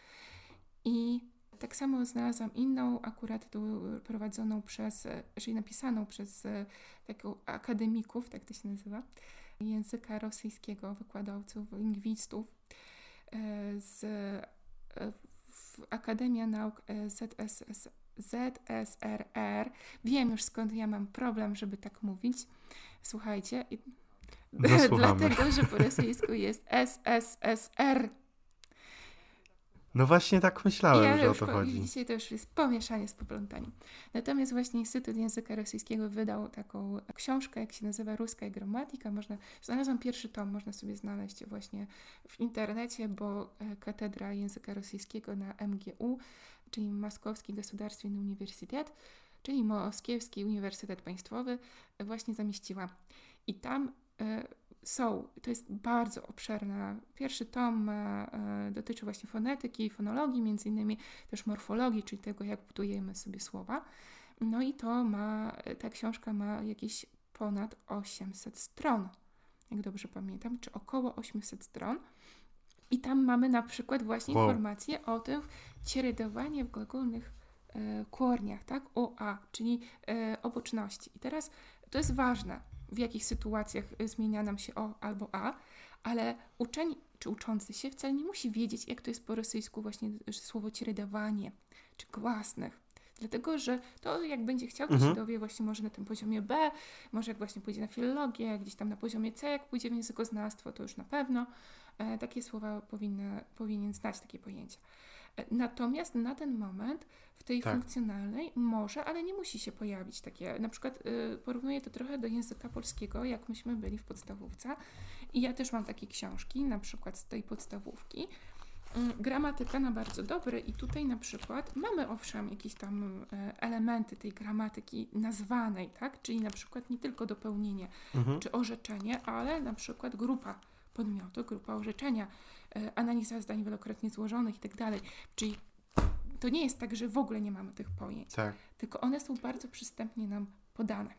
I tak samo znalazłam inną, akurat tu prowadzoną przez, czyli napisaną przez taką akademików, tak to się nazywa, języka rosyjskiego, wykładowców, lingwistów z w Akademia Nauk Z S S, Z S R R. Wiem już, skąd ja mam problem, żeby tak mówić. Słuchajcie, dlatego, że po rosyjsku jest S S S R. No właśnie tak myślałem, ja że o to po, chodzi. Dzisiaj to już jest pomieszanie z poplątaniem. Natomiast właśnie Instytut Języka Rosyjskiego wydał taką książkę, jak się nazywa Ruska gramatyka. Można, znalazłam pierwszy tom, można sobie znaleźć właśnie w internecie, bo Katedra Języka Rosyjskiego na M G U, czyli Moskowski Государственный Uniwersytet, czyli Moskiewski Uniwersytet Państwowy, właśnie zamieściła. I tam y, są, to jest bardzo obszerna. Pierwszy tom ma, e, dotyczy właśnie fonetyki, fonologii, między innymi też morfologii, czyli tego, jak budujemy sobie słowa. No i to ma, ta książka ma jakieś ponad osiemset stron, jak dobrze pamiętam, czy około osiemset stron. I tam mamy na przykład właśnie wow. informacje o tym ćredowanie w glagolnych e, korniach, tak? O, a, czyli e, oboczności. I teraz to jest ważne, w jakich sytuacjach zmienia nam się o albo a, ale uczeń czy uczący się wcale nie musi wiedzieć, jak to jest po rosyjsku właśnie słowo ćredowanie czy głasnych. Dlatego, że to jak będzie chciał, to mhm. się dowie właśnie może na tym poziomie B, może jak właśnie pójdzie na filologię, gdzieś tam na poziomie C, jak pójdzie w językoznawstwo, to już na pewno e, takie słowa powinny, powinien znać, takie pojęcia. Natomiast na ten moment w tej tak. funkcjonalnej może, ale nie musi się pojawić takie, na przykład y, porównuję to trochę do języka polskiego, jak myśmy byli w podstawówce i ja też mam takie książki, na przykład z tej podstawówki, y, gramatyka na bardzo dobry i tutaj na przykład mamy owszem jakieś tam y, elementy tej gramatyki nazwanej, tak, czyli na przykład nie tylko dopełnienie mhm. czy orzeczenie, ale na przykład grupa podmiotu, grupa orzeczenia, analiza zdań wielokrotnie złożonych i tak dalej. Czyli to nie jest tak, że w ogóle nie mamy tych pojęć, tak. tylko one są bardzo przystępnie nam podane.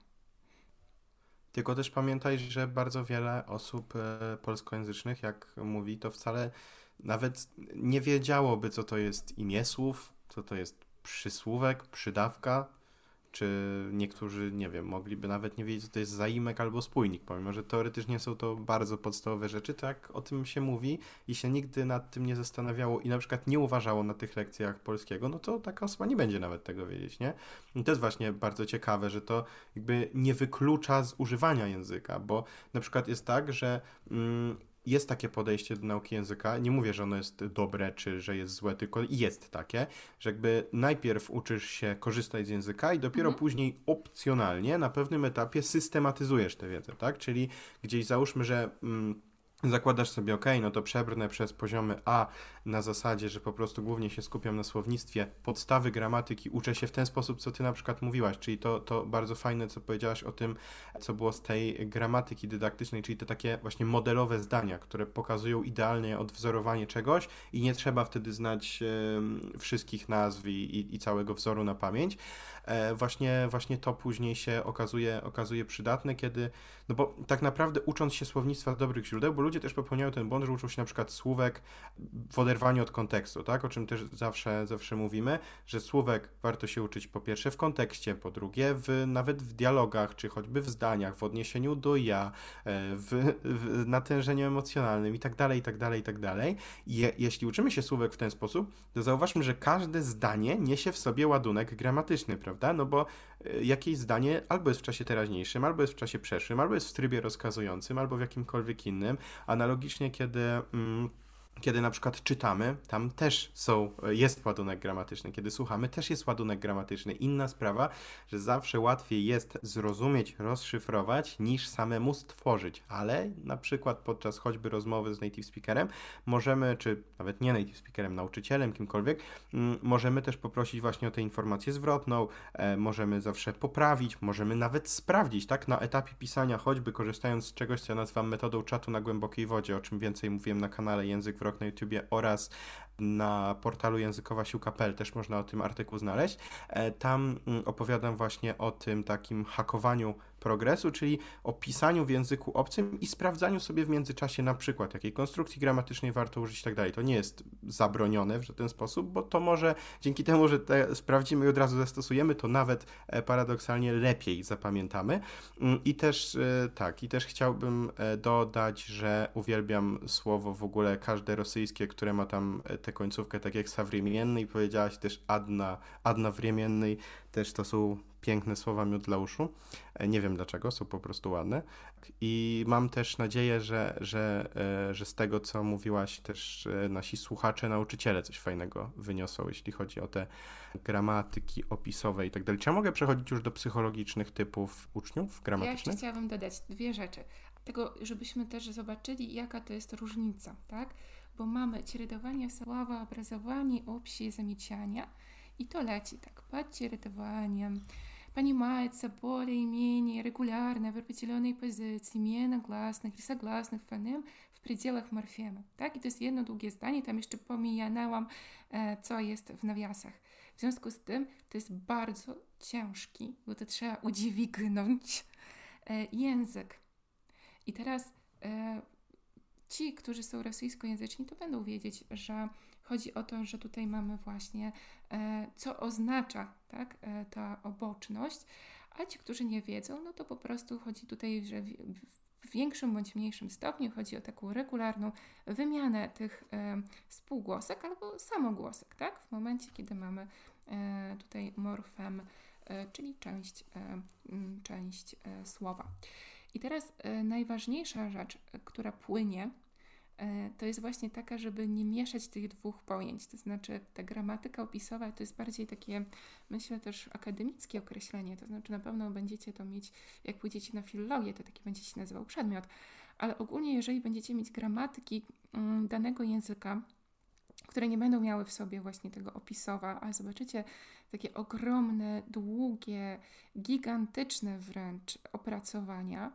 Tylko też pamiętaj, że bardzo wiele osób e, polskojęzycznych, jak mówi, to wcale nawet nie wiedziałoby, co to jest imię słów, co to jest przysłówek, przydawka, czy niektórzy, nie wiem, mogliby nawet nie wiedzieć, co to jest zaimek albo spójnik, pomimo że teoretycznie są to bardzo podstawowe rzeczy, tak o tym się mówi i się nigdy nad tym nie zastanawiało i na przykład nie uważało na tych lekcjach polskiego, no to taka osoba nie będzie nawet tego wiedzieć, nie? I to jest właśnie bardzo ciekawe, że to jakby nie wyklucza z używania języka, bo na przykład jest tak, że mm, jest takie podejście do nauki języka, nie mówię, że ono jest dobre, czy że jest złe, tylko jest takie, że jakby najpierw uczysz się korzystać z języka i dopiero mhm. później opcjonalnie na pewnym etapie systematyzujesz tę wiedzę, tak? Czyli gdzieś załóżmy, że mm, zakładasz sobie, ok, no to przebrnę przez poziomy A na zasadzie, że po prostu głównie się skupiam na słownictwie, podstawy gramatyki, uczę się w ten sposób, co ty na przykład mówiłaś, czyli to, to bardzo fajne, co powiedziałaś o tym, co było z tej gramatyki dydaktycznej, czyli te takie właśnie modelowe zdania, które pokazują idealnie odwzorowanie czegoś i nie trzeba wtedy znać e, wszystkich nazw i, i, i całego wzoru na pamięć. E, właśnie, właśnie to później się okazuje, okazuje przydatne, kiedy, no bo tak naprawdę ucząc się słownictwa z dobrych źródeł, bo ludzie też popełniają ten błąd, że uczą się na przykład słówek w oderwaniu od kontekstu, tak? O czym też zawsze, zawsze mówimy, że słówek warto się uczyć po pierwsze w kontekście, po drugie w, nawet w dialogach, czy choćby w zdaniach, w odniesieniu do ja, w, w natężeniu emocjonalnym i tak dalej, i tak dalej, i tak dalej. I je, jeśli uczymy się słówek w ten sposób, to zauważmy, że każde zdanie niesie w sobie ładunek gramatyczny, prawda? No bo y, jakieś zdanie albo jest w czasie teraźniejszym, albo jest w czasie przeszłym, albo jest w trybie rozkazującym, albo w jakimkolwiek innym. Analogicznie, kiedy... Mm, Kiedy na przykład czytamy, tam też są, jest ładunek gramatyczny. Kiedy słuchamy, też jest ładunek gramatyczny. Inna sprawa, że zawsze łatwiej jest zrozumieć, rozszyfrować, niż samemu stworzyć. Ale na przykład podczas choćby rozmowy z native speakerem możemy, czy nawet nie native speakerem, nauczycielem, kimkolwiek, mm, możemy też poprosić właśnie o tę informację zwrotną, e, możemy zawsze poprawić, możemy nawet sprawdzić, tak? Na etapie pisania, choćby korzystając z czegoś, co ja nazywam metodą czatu na głębokiej wodzie, o czym więcej mówiłem na kanale Język w Rok na YouTubie oraz na portalu językowa siłka kropka p l też można o tym artykuł znaleźć. Tam opowiadam właśnie o tym takim hakowaniu progresu, czyli o pisaniu w języku obcym i sprawdzaniu sobie w międzyczasie na przykład, jakiej konstrukcji gramatycznej warto użyć i tak dalej. To nie jest zabronione w żaden sposób, bo to może dzięki temu, że te sprawdzimy i od razu zastosujemy, to nawet paradoksalnie lepiej zapamiętamy. I też tak, i też chciałbym dodać, że uwielbiam słowo w ogóle każde rosyjskie, które ma tam tę końcówkę, tak jak savriemienny, i powiedziałaś też adna, adna wremienny, też to są piękne słowa, miód dla uszu. Nie wiem dlaczego, są po prostu ładne. I mam też nadzieję, że, że, że z tego, co mówiłaś, też nasi słuchacze, nauczyciele coś fajnego wyniosą, jeśli chodzi o te gramatyki opisowe i tak dalej. Czy ja mogę przechodzić już do psychologicznych typów uczniów gramatycznych? Ja jeszcze chciałabym dodać dwie rzeczy. Tego, żebyśmy też zobaczyli, jaka to jest różnica, tak? Bo mamy чередование słowa, obrazowanie, общие замечания, и то лечи так, под чередованием. Понимается более-менее регулярно в определенной позиции mienoglасnych i согласных фонем w пределах morfemy. Tak? I to jest jedno długie zdanie, tam jeszcze pomijałam, e, co jest w nawiasach. W związku z tym to jest bardzo ciężki, bo to trzeba udźwignąć e, język. I teraz e, ci, którzy są rosyjskojęzyczni, to będą wiedzieć, że chodzi o to, że tutaj mamy właśnie, e, co oznacza, tak, e, ta oboczność, a ci, którzy nie wiedzą, no to po prostu chodzi tutaj, że w, w większym bądź mniejszym stopniu chodzi o taką regularną wymianę tych e, spółgłosek albo samogłosek, tak, w momencie, kiedy mamy e, tutaj morfem, e, czyli część, e, m, część e, słowa. I teraz e, najważniejsza rzecz, e, która płynie, to jest właśnie taka, żeby nie mieszać tych dwóch pojęć. To znaczy ta gramatyka opisowa to jest bardziej takie, myślę, też akademickie określenie. To znaczy na pewno będziecie to mieć, jak pójdziecie na filologię, to taki będzie się nazywał przedmiot. Ale ogólnie, jeżeli będziecie mieć gramatyki mm, danego języka, które nie będą miały w sobie właśnie tego opisowa, a zobaczycie takie ogromne, długie, gigantyczne wręcz opracowania,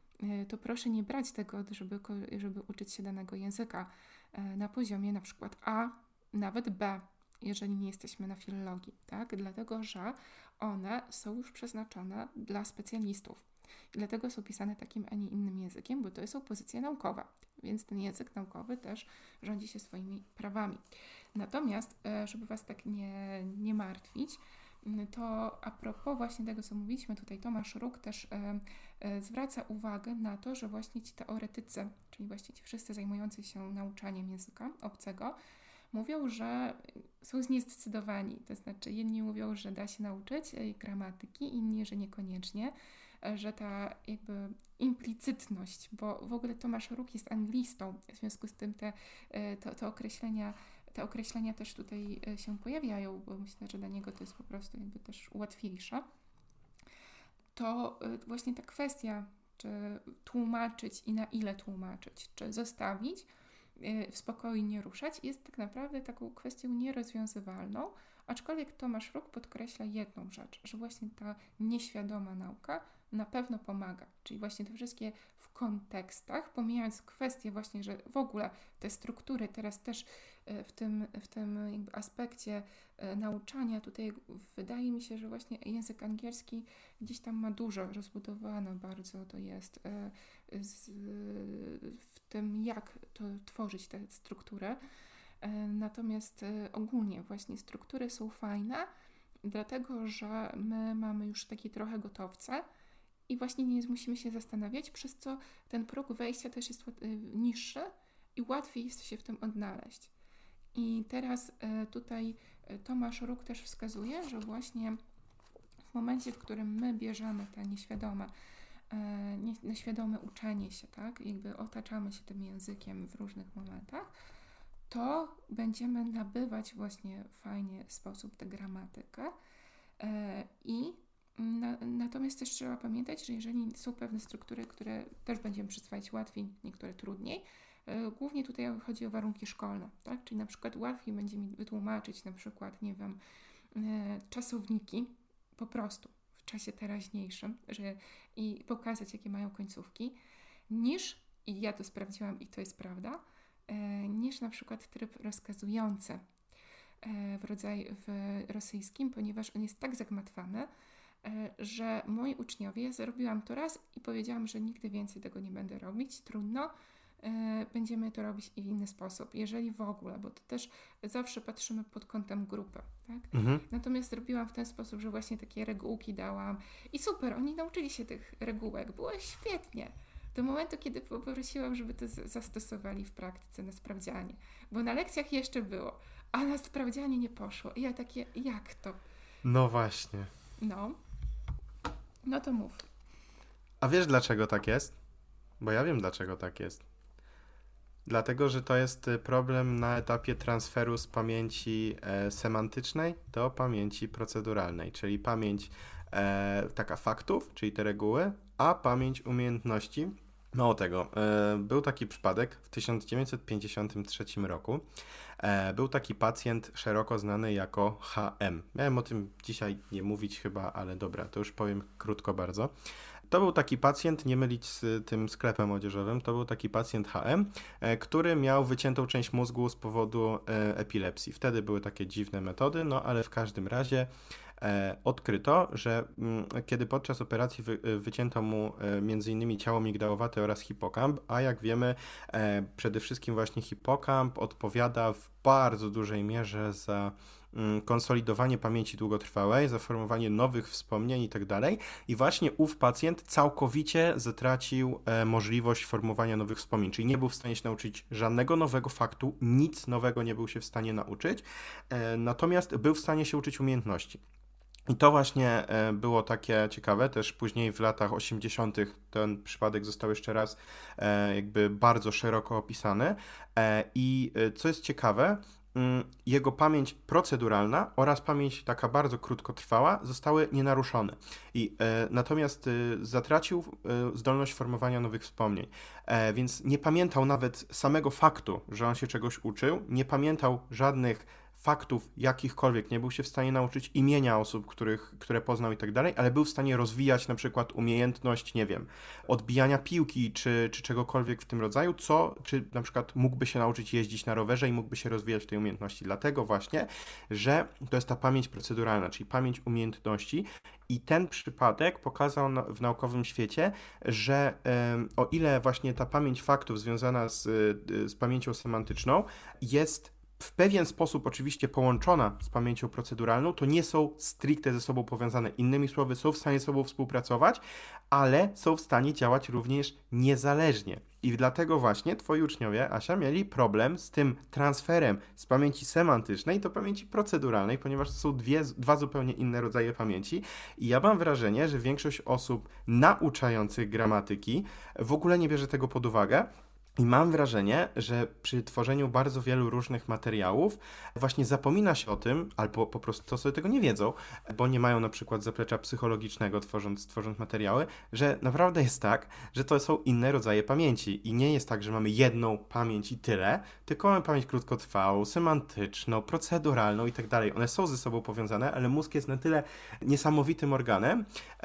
to proszę nie brać tego, żeby, żeby uczyć się danego języka na poziomie na przykład A, nawet B, jeżeli nie jesteśmy na filologii, tak? Dlatego, że one są już przeznaczone dla specjalistów. I dlatego są pisane takim, a nie innym językiem, bo to są pozycje naukowe, więc ten język naukowy też rządzi się swoimi prawami. Natomiast, żeby Was tak nie, nie martwić, to a propos właśnie tego, co mówiliśmy tutaj, Tomasz Ruk też e, e, zwraca uwagę na to, że właśnie ci teoretycy, czyli właśnie ci wszyscy zajmujący się nauczaniem języka obcego, mówią, że są zniezdecydowani. To znaczy jedni mówią, że da się nauczyć gramatyki, inni, że niekoniecznie, że ta jakby implicytność, bo w ogóle Tomasz Ruk jest anglistą, w związku z tym te, to, to określenia Te określenia też tutaj się pojawiają, bo myślę, że dla niego to jest po prostu jakby też łatwiejsze. To właśnie ta kwestia, czy tłumaczyć i na ile tłumaczyć, czy zostawić, w spokoju nie ruszać, jest tak naprawdę taką kwestią nierozwiązywalną, aczkolwiek Tomasz Ruk podkreśla jedną rzecz, że właśnie ta nieświadoma nauka na pewno pomaga. Czyli właśnie te wszystkie w kontekstach, pomijając kwestię właśnie, że w ogóle te struktury teraz też w tym, w tym jakby aspekcie nauczania tutaj wydaje mi się, że właśnie język angielski gdzieś tam ma dużo rozbudowane bardzo to jest z, w tym, jak to tworzyć tę strukturę. Natomiast ogólnie właśnie struktury są fajne, dlatego że my mamy już takie trochę gotowce i właśnie nie musimy się zastanawiać, przez co ten próg wejścia też jest niższy i łatwiej jest się w tym odnaleźć. I teraz tutaj Tomasz Ruk też wskazuje, że właśnie w momencie, w którym my bierzemy te nieświadome, nieświadome uczenie się, tak, jakby otaczamy się tym językiem w różnych momentach, to będziemy nabywać właśnie fajnie w sposób tę gramatykę i na, natomiast też trzeba pamiętać, że jeżeli są pewne struktury, które też będziemy przyswajać łatwiej, niektóre trudniej, głównie tutaj chodzi o warunki szkolne, tak? Czyli na przykład łatwiej będzie mi wytłumaczyć na przykład, nie wiem, czasowniki po prostu w czasie teraźniejszym że, i pokazać, jakie mają końcówki, niż, i ja to sprawdziłam i to jest prawda, niż na przykład tryb rozkazujący w rodzaju w rosyjskim, ponieważ on jest tak zagmatwany, że moi uczniowie, zrobiłam to raz i powiedziałam, że nigdy więcej tego nie będę robić, trudno, będziemy to robić w inny sposób, jeżeli w ogóle, bo to też zawsze patrzymy pod kątem grupy, tak? Mhm. Natomiast zrobiłam w ten sposób, że właśnie takie regułki dałam i super, oni nauczyli się tych regułek, było świetnie. Do momentu, kiedy poprosiłam, żeby to zastosowali w praktyce na sprawdzianie, bo na lekcjach jeszcze było, a na sprawdzianie nie poszło. I ja takie, jak to? No właśnie. No. No to mów. A wiesz, dlaczego tak jest? Bo ja wiem, dlaczego tak jest. Dlatego, że to jest problem na etapie transferu z pamięci e, semantycznej do pamięci proceduralnej, czyli pamięć e, taka faktów, czyli te reguły, a pamięć umiejętności. Mało tego, e, był taki przypadek w tysiąc dziewięćset pięćdziesiątym trzecim roku. E, był taki pacjent szeroko znany jako H M. Miałem o tym dzisiaj nie mówić chyba, ale dobra, to już powiem krótko bardzo. To był taki pacjent, nie mylić z tym sklepem odzieżowym, to był taki pacjent H M, e, który miał wyciętą część mózgu z powodu e, epilepsji. Wtedy były takie dziwne metody, no ale w każdym razie e, odkryto, że m, kiedy podczas operacji wy, wycięto mu e, między innymi ciało migdałowate oraz hipokamp, a jak wiemy e, przede wszystkim właśnie hipokamp odpowiada w bardzo dużej mierze za konsolidowanie pamięci długotrwałej, za formowanie nowych wspomnień i tak dalej. I właśnie ów pacjent całkowicie zatracił e, możliwość formowania nowych wspomnień, czyli nie był w stanie się nauczyć żadnego nowego faktu, nic nowego nie był się w stanie nauczyć, e, natomiast był w stanie się uczyć umiejętności. I to właśnie e, było takie ciekawe, też później w latach osiemdziesiątych ten przypadek został jeszcze raz e, jakby bardzo szeroko opisany e, i e, co jest ciekawe, jego pamięć proceduralna oraz pamięć taka bardzo krótkotrwała zostały nienaruszone. I, e, natomiast e, zatracił e, zdolność formowania nowych wspomnień. E, więc nie pamiętał nawet samego faktu, że on się czegoś uczył, nie pamiętał żadnych faktów jakichkolwiek, nie był się w stanie nauczyć imienia osób, których, które poznał i tak dalej, ale był w stanie rozwijać na przykład umiejętność, nie wiem, odbijania piłki czy, czy czegokolwiek w tym rodzaju, co, czy na przykład mógłby się nauczyć jeździć na rowerze i mógłby się rozwijać w tej umiejętności. Dlatego właśnie, że to jest ta pamięć proceduralna, czyli pamięć umiejętności i ten przypadek pokazał na, w naukowym świecie, że um, o ile właśnie ta pamięć faktów związana z, z pamięcią semantyczną jest w pewien sposób oczywiście połączona z pamięcią proceduralną, to nie są stricte ze sobą powiązane. Innymi słowy, są w stanie ze sobą współpracować, ale są w stanie działać również niezależnie. I dlatego właśnie twoi uczniowie, Asia, mieli problem z tym transferem z pamięci semantycznej do pamięci proceduralnej, ponieważ to są dwie, dwa zupełnie inne rodzaje pamięci. I ja mam wrażenie, że większość osób nauczających gramatyki w ogóle nie bierze tego pod uwagę, I mam wrażenie, że przy tworzeniu bardzo wielu różnych materiałów właśnie zapomina się o tym, albo po prostu to sobie tego nie wiedzą, bo nie mają na przykład zaplecza psychologicznego tworząc, tworząc materiały, że naprawdę jest tak, że to są inne rodzaje pamięci i nie jest tak, że mamy jedną pamięć i tyle, tylko mamy pamięć krótkotrwałą, semantyczną, proceduralną i tak dalej. One są ze sobą powiązane, ale mózg jest na tyle niesamowitym organem,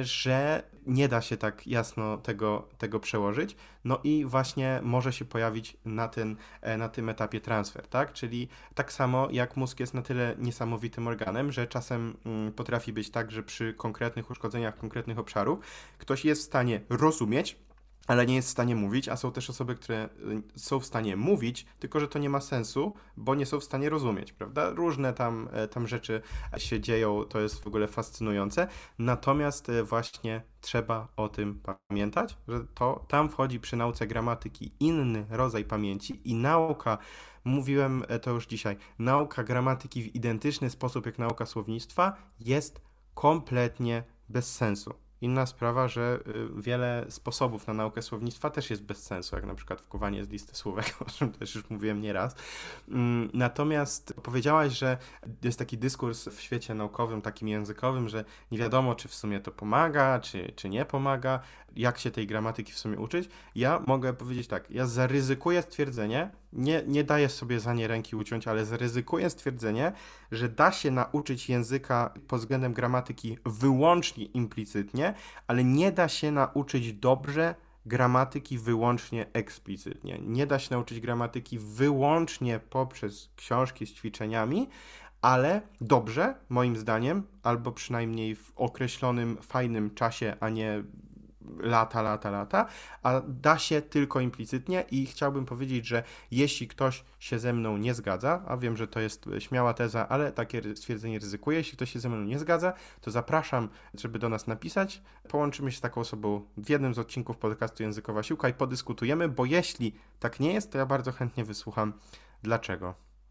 że nie da się tak jasno tego, tego przełożyć. No i właśnie może się pojawić na, ten, e, na tym etapie transfer, tak? Czyli tak samo jak mózg jest na tyle niesamowitym organem, że czasem mm, potrafi być tak, że przy konkretnych uszkodzeniach konkretnych obszarów ktoś jest w stanie rozumieć, ale nie jest w stanie mówić, a są też osoby, które y, są w stanie mówić, tylko że to nie ma sensu, bo nie są w stanie rozumieć, prawda? Różne tam, e, tam rzeczy się dzieją, to jest w ogóle fascynujące. Natomiast e, właśnie trzeba o tym pamiętać, że to tam wchodzi przy nauce gramatyki inny rodzaj pamięci i nauka, mówiłem e, to już dzisiaj, nauka gramatyki w identyczny sposób jak nauka słownictwa jest kompletnie bez sensu. Inna sprawa, że y, wiele sposobów na naukę słownictwa też jest bez sensu, jak na przykład wkuwanie z listy słówek, o czym też już mówiłem nieraz. Mm, Natomiast powiedziałaś, że jest taki dyskurs w świecie naukowym, takim językowym, że nie wiadomo, czy w sumie to pomaga, czy, czy nie pomaga, jak się tej gramatyki w sumie uczyć. Ja mogę powiedzieć tak, ja zaryzykuję stwierdzenie, nie, nie daję sobie za nie ręki uciąć, ale zaryzykuję stwierdzenie, że da się nauczyć języka pod względem gramatyki wyłącznie implicytnie, ale nie da się nauczyć dobrze gramatyki wyłącznie eksplicytnie. Nie da się nauczyć gramatyki wyłącznie poprzez książki z ćwiczeniami, ale dobrze, moim zdaniem, albo przynajmniej w określonym, fajnym czasie, a nie lata, lata, lata, a da się tylko implicytnie i chciałbym powiedzieć, że jeśli ktoś się ze mną nie zgadza, a wiem, że to jest śmiała teza, ale takie stwierdzenie ryzykuję, jeśli ktoś się ze mną nie zgadza, to zapraszam, żeby do nas napisać, połączymy się z taką osobą w jednym z odcinków podcastu Językowa Siłka i podyskutujemy, bo jeśli tak nie jest, to ja bardzo chętnie wysłucham dlaczego.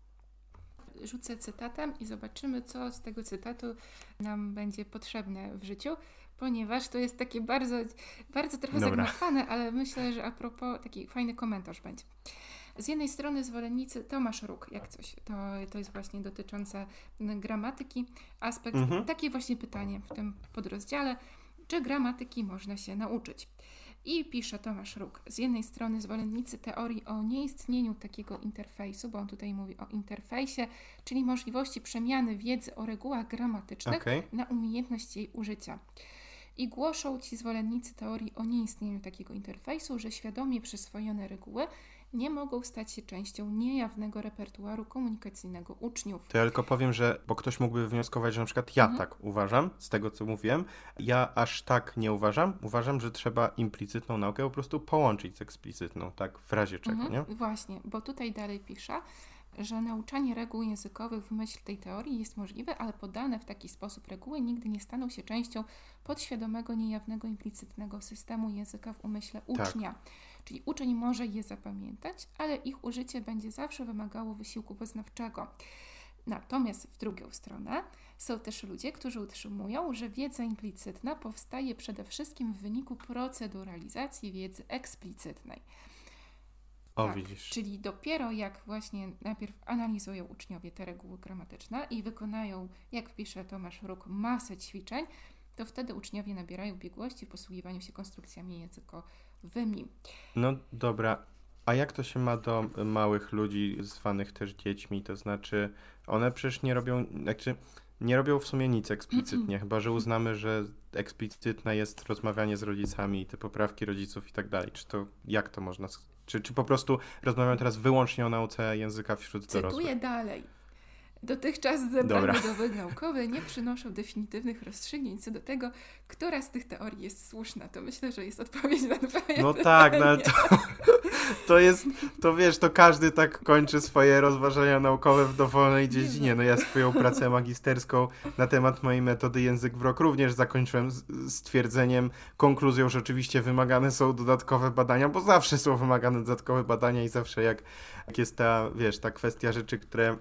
Rzucę cytatem i zobaczymy, co z tego cytatu nam będzie potrzebne w życiu, ponieważ to jest takie bardzo, bardzo trochę Dobra. zagmatwane, ale myślę, że a propos taki fajny komentarz będzie. Z jednej strony zwolennicy Tomasz Róg, jak coś, to, to jest właśnie dotyczące gramatyki, aspekt, Mhm. takie właśnie pytanie w tym podrozdziale, czy gramatyki można się nauczyć? I pisze Tomasz Róg, z jednej strony zwolennicy teorii o nieistnieniu takiego interfejsu, bo on tutaj mówi o interfejsie, czyli możliwości przemiany wiedzy o regułach gramatycznych Okej. na umiejętność jej użycia. I głoszą ci zwolennicy teorii o nieistnieniu takiego interfejsu, że świadomie przyswojone reguły nie mogą stać się częścią niejawnego repertuaru komunikacyjnego uczniów. To ja tylko powiem, że, bo ktoś mógłby wnioskować, że na przykład ja Mhm. tak uważam, z tego co mówiłem, ja aż tak nie uważam. Uważam, że trzeba implicytną naukę po prostu połączyć z eksplicytną, tak, w razie czego, Mhm, nie? właśnie, bo tutaj dalej pisze, że nauczanie reguł językowych w myśl tej teorii jest możliwe, ale podane w taki sposób reguły nigdy nie staną się częścią podświadomego, niejawnego, implicytnego systemu języka w umyśle ucznia. Czyli uczeń może je zapamiętać, ale ich użycie będzie zawsze wymagało wysiłku poznawczego. Natomiast w drugą stronę są też ludzie, którzy utrzymują, że wiedza implicytna powstaje przede wszystkim w wyniku proceduralizacji wiedzy eksplicytnej. O, Tak, widzisz. czyli dopiero jak właśnie najpierw analizują uczniowie te reguły gramatyczne i wykonają, jak pisze Tomasz Róg, masę ćwiczeń, to wtedy uczniowie nabierają biegłości w posługiwaniu się konstrukcjami językowymi. No dobra, a jak to się ma do małych ludzi zwanych też dziećmi? To znaczy, one przecież nie robią, znaczy nie robią w sumie nic eksplicitnie, chyba że uznamy, że eksplicitne jest rozmawianie z rodzicami, te poprawki rodziców i tak dalej. Czy to, jak to można, sk- czy, czy po prostu rozmawiam teraz wyłącznie o nauce języka wśród dorosłych? Cytuję dalej. Dotychczas zebrane Dobra. dowody naukowe nie przynoszą definitywnych rozstrzygnięć co do tego, która z tych teorii jest słuszna. To myślę, że jest odpowiedź na twoje No pytanie. tak, no ale to, to jest, to wiesz, to każdy tak kończy swoje rozważania naukowe w dowolnej dziedzinie. No ja swoją pracę magisterską na temat mojej metody Język w Rok również zakończyłem z, z twierdzeniem, konkluzją, że oczywiście wymagane są dodatkowe badania, bo zawsze są wymagane dodatkowe badania i zawsze jak, jak jest ta, wiesz, ta kwestia rzeczy, które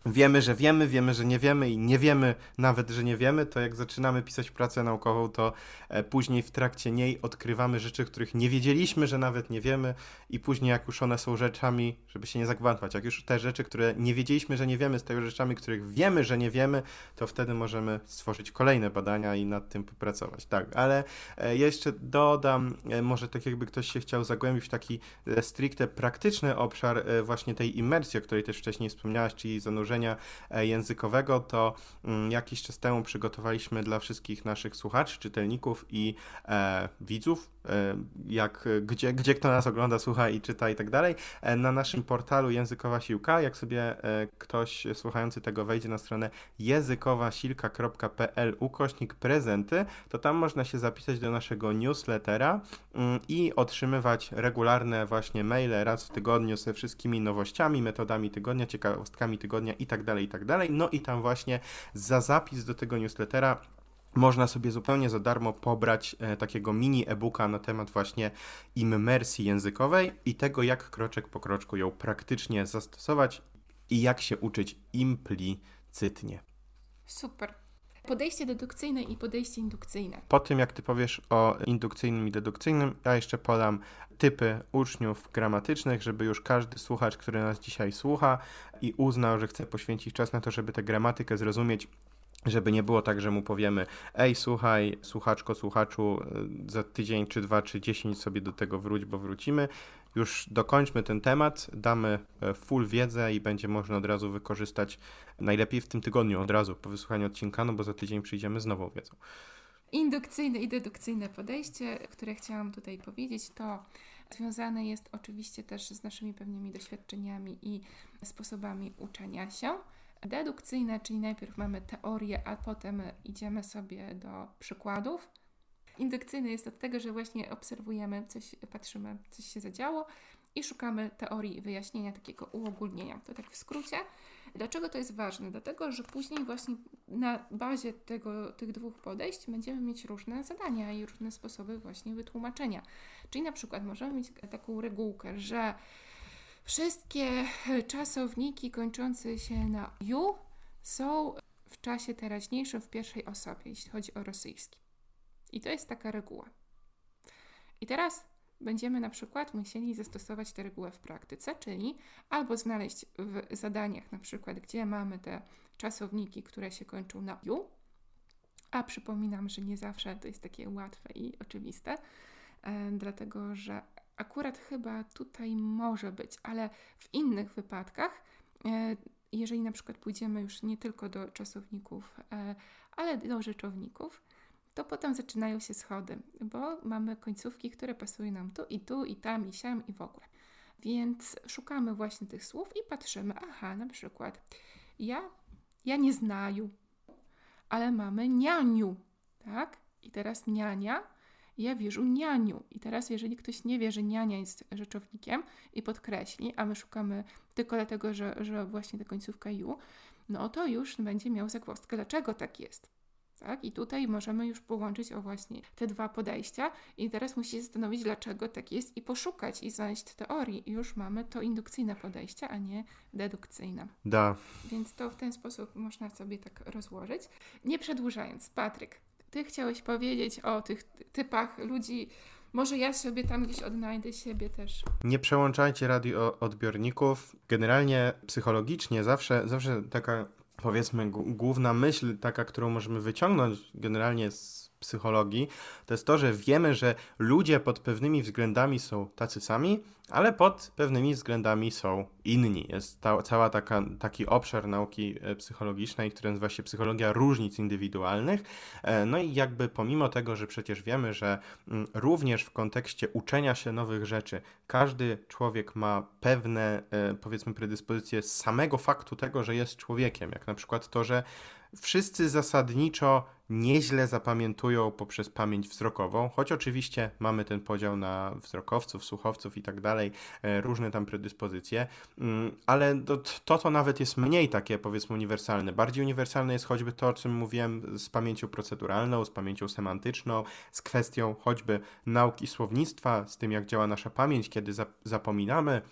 wiemy, że wiemy, wiemy, że nie wiemy i nie wiemy nawet, że nie wiemy, to jak zaczynamy pisać pracę naukową, to e, później w trakcie niej odkrywamy rzeczy, których nie wiedzieliśmy, że nawet nie wiemy i później jak już one są rzeczami, żeby się nie zagmatwać, jak już te rzeczy, które nie wiedzieliśmy, że nie wiemy, stają rzeczami, których wiemy, że nie wiemy, to wtedy możemy stworzyć kolejne badania i nad tym popracować. Tak, ale e, jeszcze dodam, e, może tak jakby ktoś się chciał zagłębić w taki e, stricte praktyczny obszar e, właśnie tej imersji, o której też wcześniej wspomniałaś, czyli zanurzenia językowego, to mm, jakiś czas temu przygotowaliśmy dla wszystkich naszych słuchaczy, czytelników i e, widzów, e, jak, gdzie, gdzie kto nas ogląda, słucha i czyta i tak dalej, e, na naszym portalu Językowa Siłka. Jak sobie e, ktoś słuchający tego wejdzie na stronę językowasilka kropka pe el ukośnik prezenty, to tam można się zapisać do naszego newslettera mm, i otrzymywać regularne właśnie maile raz w tygodniu ze wszystkimi nowościami, metodami tygodnia, ciekawostkami tygodnia i tak dalej, i tak dalej. No i tam właśnie za zapis do tego newslettera można sobie zupełnie za darmo pobrać e, takiego mini e-booka na temat właśnie immersji językowej i tego, jak kroczek po kroczku ją praktycznie zastosować i jak się uczyć implicytnie. Super. Podejście dedukcyjne i podejście indukcyjne. Po tym, jak ty powiesz o indukcyjnym i dedukcyjnym, ja jeszcze podam typy uczniów gramatycznych, żeby już każdy słuchacz, który nas dzisiaj słucha i uznał, że chce poświęcić czas na to, żeby tę gramatykę zrozumieć, żeby nie było tak, że mu powiemy: ej, słuchaj, słuchaczko, słuchaczu, za tydzień, czy dwa, czy dziesięć sobie do tego wróć, bo wrócimy. Już dokończmy ten temat, damy full wiedzę i będzie można od razu wykorzystać, najlepiej w tym tygodniu, od razu po wysłuchaniu odcinka, no bo za tydzień przyjdziemy z nową wiedzą. Indukcyjne i dedukcyjne podejście, które chciałam tutaj powiedzieć, to związane jest oczywiście też z naszymi pewnymi doświadczeniami i sposobami uczenia się. Dedukcyjne, czyli najpierw mamy teorię, a potem idziemy sobie do przykładów. Indukcyjny jest od tego, że właśnie obserwujemy coś, patrzymy, coś się zadziało i szukamy teorii wyjaśnienia, takiego uogólnienia. To tak w skrócie. Dlaczego to jest ważne? Dlatego, że później właśnie na bazie tego, tych dwóch podejść będziemy mieć różne zadania i różne sposoby właśnie wytłumaczenia. Czyli na przykład możemy mieć taką regułkę, że wszystkie czasowniki kończące się na ju są w czasie teraźniejszym w pierwszej osobie, jeśli chodzi o rosyjski. I to jest taka reguła. I teraz będziemy na przykład musieli zastosować tę regułę w praktyce, czyli albo znaleźć w zadaniach na przykład, gdzie mamy te czasowniki, które się kończą na ju, a przypominam, że nie zawsze to jest takie łatwe i oczywiste, e, dlatego że akurat chyba tutaj może być, ale w innych wypadkach, e, jeżeli na przykład pójdziemy już nie tylko do czasowników, e, ale do rzeczowników, to potem zaczynają się schody, bo mamy końcówki, które pasują nam tu i tu, i tam, i siam, i w ogóle. Więc szukamy właśnie tych słów i patrzymy, aha, na przykład ja, ja nie znaju, ale mamy nianiu, tak? I teraz niania, ja wierzę nianiu. I teraz jeżeli ktoś nie wie, że niania jest rzeczownikiem i podkreśli, a my szukamy tylko dlatego, że, że właśnie ta końcówka ju, no to już będzie miał zagwozdkę, dlaczego tak jest. Tak? I tutaj możemy już połączyć o właśnie te dwa podejścia i teraz musi się zastanowić, dlaczego tak jest i poszukać i znaleźć teorię. I już mamy to indukcyjne podejście, a nie dedukcyjne. Da. Więc to w ten sposób można sobie tak rozłożyć. Nie przedłużając, Patryk, ty chciałeś powiedzieć o tych typach ludzi. Może ja sobie tam gdzieś odnajdę siebie też. Nie przełączajcie radioodbiorników. Generalnie psychologicznie zawsze, zawsze taka, powiedzmy, g- główna myśl, taka, którą możemy wyciągnąć generalnie z psychologii, to jest to, że wiemy, że ludzie pod pewnymi względami są tacy sami, ale pod pewnymi względami są inni. Jest ta, cała taka, taki obszar nauki psychologicznej, który nazywa się psychologia różnic indywidualnych. No i jakby pomimo tego, że przecież wiemy, że również w kontekście uczenia się nowych rzeczy każdy człowiek ma pewne, powiedzmy, predyspozycje z samego faktu tego, że jest człowiekiem, jak na przykład to, że wszyscy zasadniczo nieźle zapamiętują poprzez pamięć wzrokową, choć oczywiście mamy ten podział na wzrokowców, słuchowców i tak dalej, różne tam predyspozycje, ale to, to to nawet jest mniej takie, powiedzmy, uniwersalne. Bardziej uniwersalne jest choćby to, o czym mówiłem, z pamięcią proceduralną, z pamięcią semantyczną, z kwestią choćby nauki słownictwa, z tym, jak działa nasza pamięć, kiedy zap- zapominamy,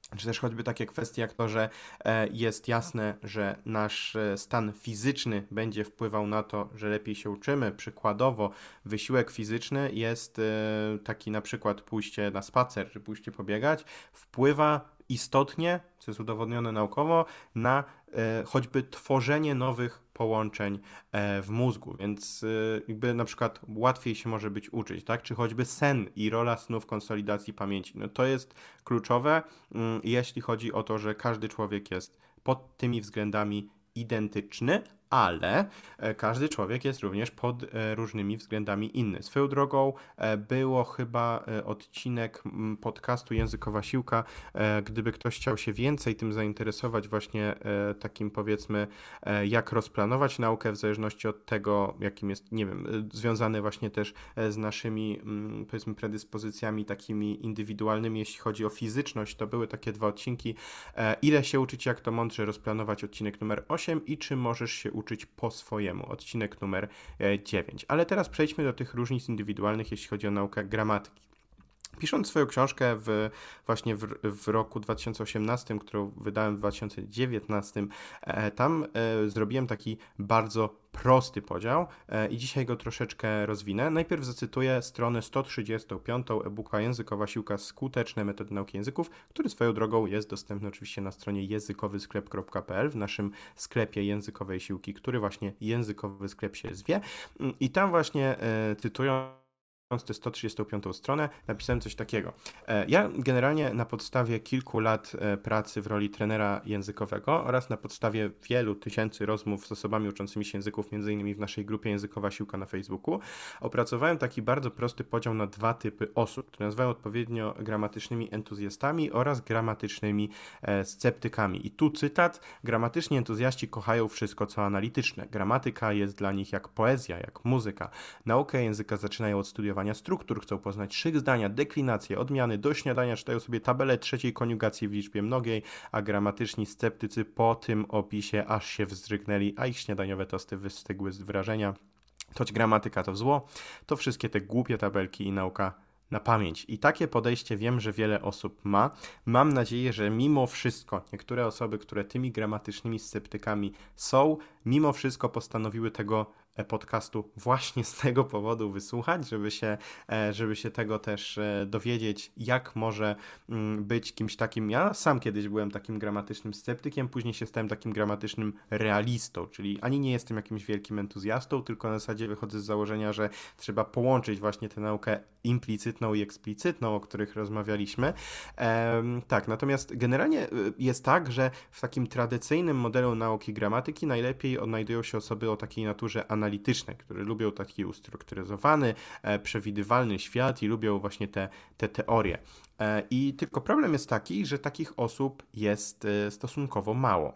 Czy też choćby takie kwestie jak to, że e, jest jasne, że nasz e, stan fizyczny będzie wpływał na to, że lepiej się uczymy. Przykładowo, wysiłek fizyczny jest e, taki na przykład pójście na spacer, czy pójście pobiegać, wpływa istotnie, co jest udowodnione naukowo, na e, choćby tworzenie nowych połączeń e, w mózgu, więc e, jakby na przykład łatwiej się może być uczyć, tak? Czy choćby sen i rola snu w konsolidacji pamięci. No to jest kluczowe, mm, jeśli chodzi o to, że każdy człowiek jest pod tymi względami identyczny, ale e, każdy człowiek jest również pod e, różnymi względami inny. Swoją drogą e, było chyba e, odcinek m, podcastu Językowa Siłka, e, gdyby ktoś chciał się więcej tym zainteresować, właśnie e, takim powiedzmy, e, jak rozplanować naukę w zależności od tego, jakim jest, nie wiem, e, związany właśnie też e, z naszymi, m, powiedzmy, predyspozycjami takimi indywidualnymi, jeśli chodzi o fizyczność, to były takie dwa odcinki. E, ile się uczyć, jak to mądrze rozplanować, odcinek numer osiem i czy możesz się uczyć po swojemu, odcinek numer dziewięć. Ale teraz przejdźmy do tych różnic indywidualnych, jeśli chodzi o naukę gramatyki. Pisząc swoją książkę w, właśnie w, w roku dwa tysiące osiemnastym, którą wydałem w dwa tysiące dziewiętnastym, e, tam e, zrobiłem taki bardzo prosty podział e, i dzisiaj go troszeczkę rozwinę. Najpierw zacytuję stronę sto trzydziestą piątą e-booka Językowa Siłka Skuteczne metody nauki języków, który swoją drogą jest dostępny oczywiście na stronie językowy sklep kropka p l, w naszym sklepie Językowej Siłki, który właśnie Językowy Sklep się zwie. I tam właśnie e, cytując tę sto trzydziestą piątą stronę, napisałem coś takiego. Ja generalnie na podstawie kilku lat pracy w roli trenera językowego oraz na podstawie wielu tysięcy rozmów z osobami uczącymi się języków, między innymi w naszej grupie Językowa Siłka na Facebooku, opracowałem taki bardzo prosty podział na dwa typy osób, które nazywałem odpowiednio gramatycznymi entuzjastami oraz gramatycznymi sceptykami. I tu cytat: gramatyczni entuzjaści kochają wszystko, co analityczne. Gramatyka jest dla nich jak poezja, jak muzyka. Naukę języka zaczynają od studiowania struktur, chcą poznać szyk zdania, deklinacje, odmiany, do śniadania czytają sobie tabelę trzeciej koniugacji w liczbie mnogiej, a gramatyczni sceptycy po tym opisie aż się wzdrygnęli, a ich śniadaniowe tosty wystygły z wrażenia. Choć gramatyka to zło, to wszystkie te głupie tabelki i nauka na pamięć. I takie podejście wiem, że wiele osób ma. Mam nadzieję, że mimo wszystko niektóre osoby, które tymi gramatycznymi sceptykami są, mimo wszystko postanowiły tego podcastu właśnie z tego powodu wysłuchać, żeby się, żeby się tego też dowiedzieć, jak może być kimś takim. Ja sam kiedyś byłem takim gramatycznym sceptykiem, później się stałem takim gramatycznym realistą, czyli ani nie jestem jakimś wielkim entuzjastą, tylko na zasadzie wychodzę z założenia, że trzeba połączyć właśnie tę naukę implicytną i eksplicytną, o których rozmawialiśmy. Ehm, tak, natomiast generalnie jest tak, że w takim tradycyjnym modelu nauki gramatyki najlepiej odnajdują się osoby o takiej naturze analitycznej, które lubią taki ustrukturyzowany, e, przewidywalny świat i lubią właśnie te, te teorie. E, I tylko problem jest taki, że takich osób jest e, stosunkowo mało.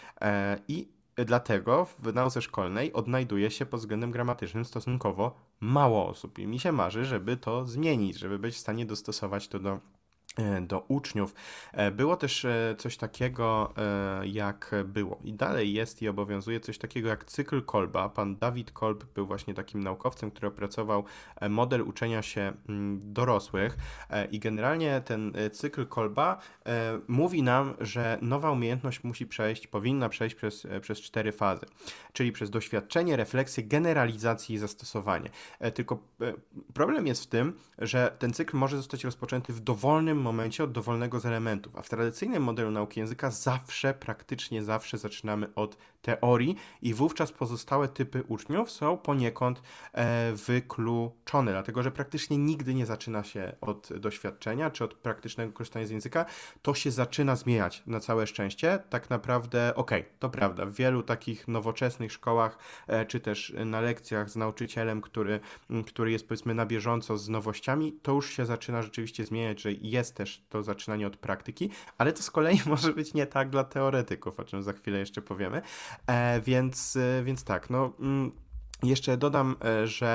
E, I Dlatego w nauce szkolnej odnajduje się pod względem gramatycznym stosunkowo mało osób. I mi się marzy, żeby to zmienić, żeby być w stanie dostosować to do do uczniów. Było też coś takiego jak było i dalej jest i obowiązuje coś takiego jak cykl Kolba. Pan Dawid Kolb był właśnie takim naukowcem, który opracował model uczenia się dorosłych i generalnie ten cykl Kolba mówi nam, że nowa umiejętność musi przejść, powinna przejść przez, przez cztery fazy, czyli przez doświadczenie, refleksję, generalizację i zastosowanie. Tylko problem jest w tym, że ten cykl może zostać rozpoczęty w dowolnym momencie od dowolnego z elementów, a w tradycyjnym modelu nauki języka zawsze, praktycznie zawsze zaczynamy od teorii i wówczas pozostałe typy uczniów są poniekąd e, wykluczone, dlatego że praktycznie nigdy nie zaczyna się od doświadczenia czy od praktycznego korzystania z języka, to się zaczyna zmieniać na całe szczęście. Tak naprawdę, okej, okay, to prawda, w wielu takich nowoczesnych szkołach e, czy też na lekcjach z nauczycielem, który, który jest powiedzmy na bieżąco z nowościami, to już się zaczyna rzeczywiście zmieniać, że jest też to zaczynanie od praktyki, ale to z kolei może być nie tak dla teoretyków, o czym za chwilę jeszcze powiemy. E, więc, więc tak, no... Mm, Jeszcze dodam, że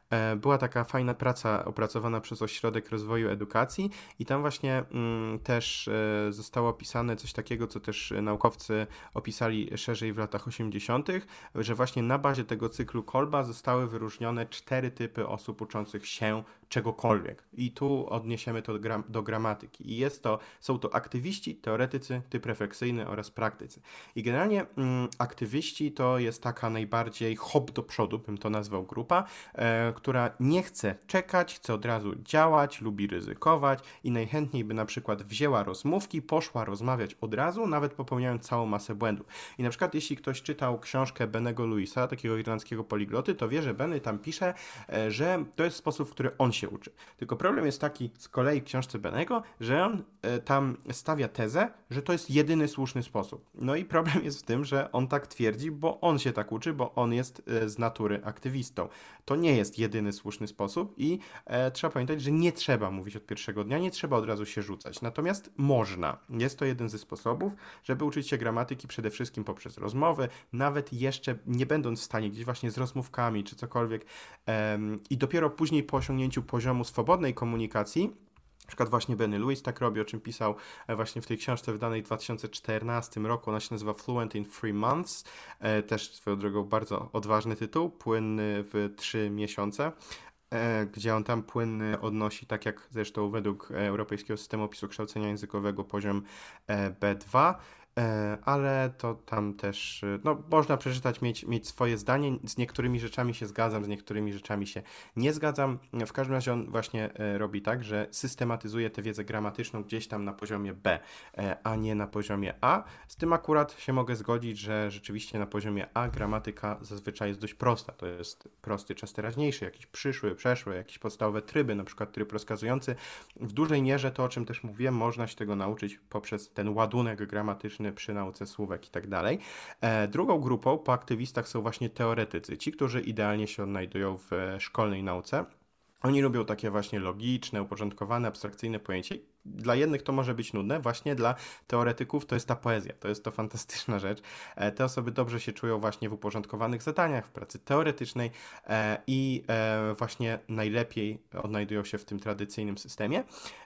e, była taka fajna praca opracowana przez Ośrodek Rozwoju Edukacji i tam właśnie mm, też e, zostało opisane coś takiego, co też naukowcy opisali szerzej w latach osiemdziesiątych, że właśnie na bazie tego cyklu Kolba zostały wyróżnione cztery typy osób uczących się czegokolwiek. I tu odniesiemy to do, gram- do gramatyki. I jest to, są to aktywiści, teoretycy, typ refleksyjny oraz praktycy. I generalnie mm, aktywiści to jest taka najbardziej hop do przodu, bym to nazwał grupa, e, która nie chce czekać, chce od razu działać, lubi ryzykować i najchętniej by na przykład wzięła rozmówki, poszła rozmawiać od razu, nawet popełniając całą masę błędów. I na przykład jeśli ktoś czytał książkę Bennego Lewisa, takiego irlandzkiego poligloty, to wie, że Benny tam pisze, e, że to jest sposób, w który on się uczy. Tylko problem jest taki z kolei w książce Bennego, że on e, tam stawia tezę, że to jest jedyny słuszny sposób. No i problem jest w tym, że on tak twierdzi, bo on się tak uczy, bo on jest e, z natury aktywistą. To nie jest jedyny słuszny sposób i e, trzeba pamiętać, że nie trzeba mówić od pierwszego dnia, nie trzeba od razu się rzucać. Natomiast można. Jest to jeden ze sposobów, żeby uczyć się gramatyki przede wszystkim poprzez rozmowy, nawet jeszcze nie będąc w stanie gdzieś właśnie z rozmówkami czy cokolwiek em, i dopiero później po osiągnięciu poziomu swobodnej komunikacji, na przykład właśnie Benny Lewis tak robi, o czym pisał e, właśnie w tej książce wydanej w dwa tysiące czternastym roku. Ona się nazywa Fluent in Three Months. E, też swoją drogą bardzo odważny tytuł, płynny w trzy miesiące. E, gdzie on tam płynny odnosi, tak jak zresztą według Europejskiego Systemu Opisu Kształcenia Językowego, poziom e, B dwa. E, ale to tam też, e, no można przeczytać, mieć, mieć swoje zdanie, z niektórymi rzeczami się zgadzam, z niektórymi rzeczami się nie zgadzam. W każdym razie on właśnie e, robi tak, że systematyzuje tę wiedzę gramatyczną gdzieś tam na poziomie B, e, a nie na poziomie A. Z tym akurat się mogę zgodzić, że rzeczywiście na poziomie A gramatyka zazwyczaj jest dość prosta. To jest prosty czas teraźniejszy, jakiś przyszły, przeszły, jakieś podstawowe tryby, na przykład tryb rozkazujący. W dużej mierze to, o czym też mówiłem, można się tego nauczyć poprzez ten ładunek gramatyczny przy nauce słówek i tak dalej. E, drugą grupą po aktywistach są właśnie teoretycy, ci, którzy idealnie się odnajdują w e, szkolnej nauce. Oni lubią takie właśnie logiczne, uporządkowane, abstrakcyjne pojęcie. Dla jednych to może być nudne, właśnie dla teoretyków to jest ta poezja, to jest to fantastyczna rzecz. E, te osoby dobrze się czują właśnie w uporządkowanych zadaniach, w pracy teoretycznej e, i e, właśnie najlepiej odnajdują się w tym tradycyjnym systemie.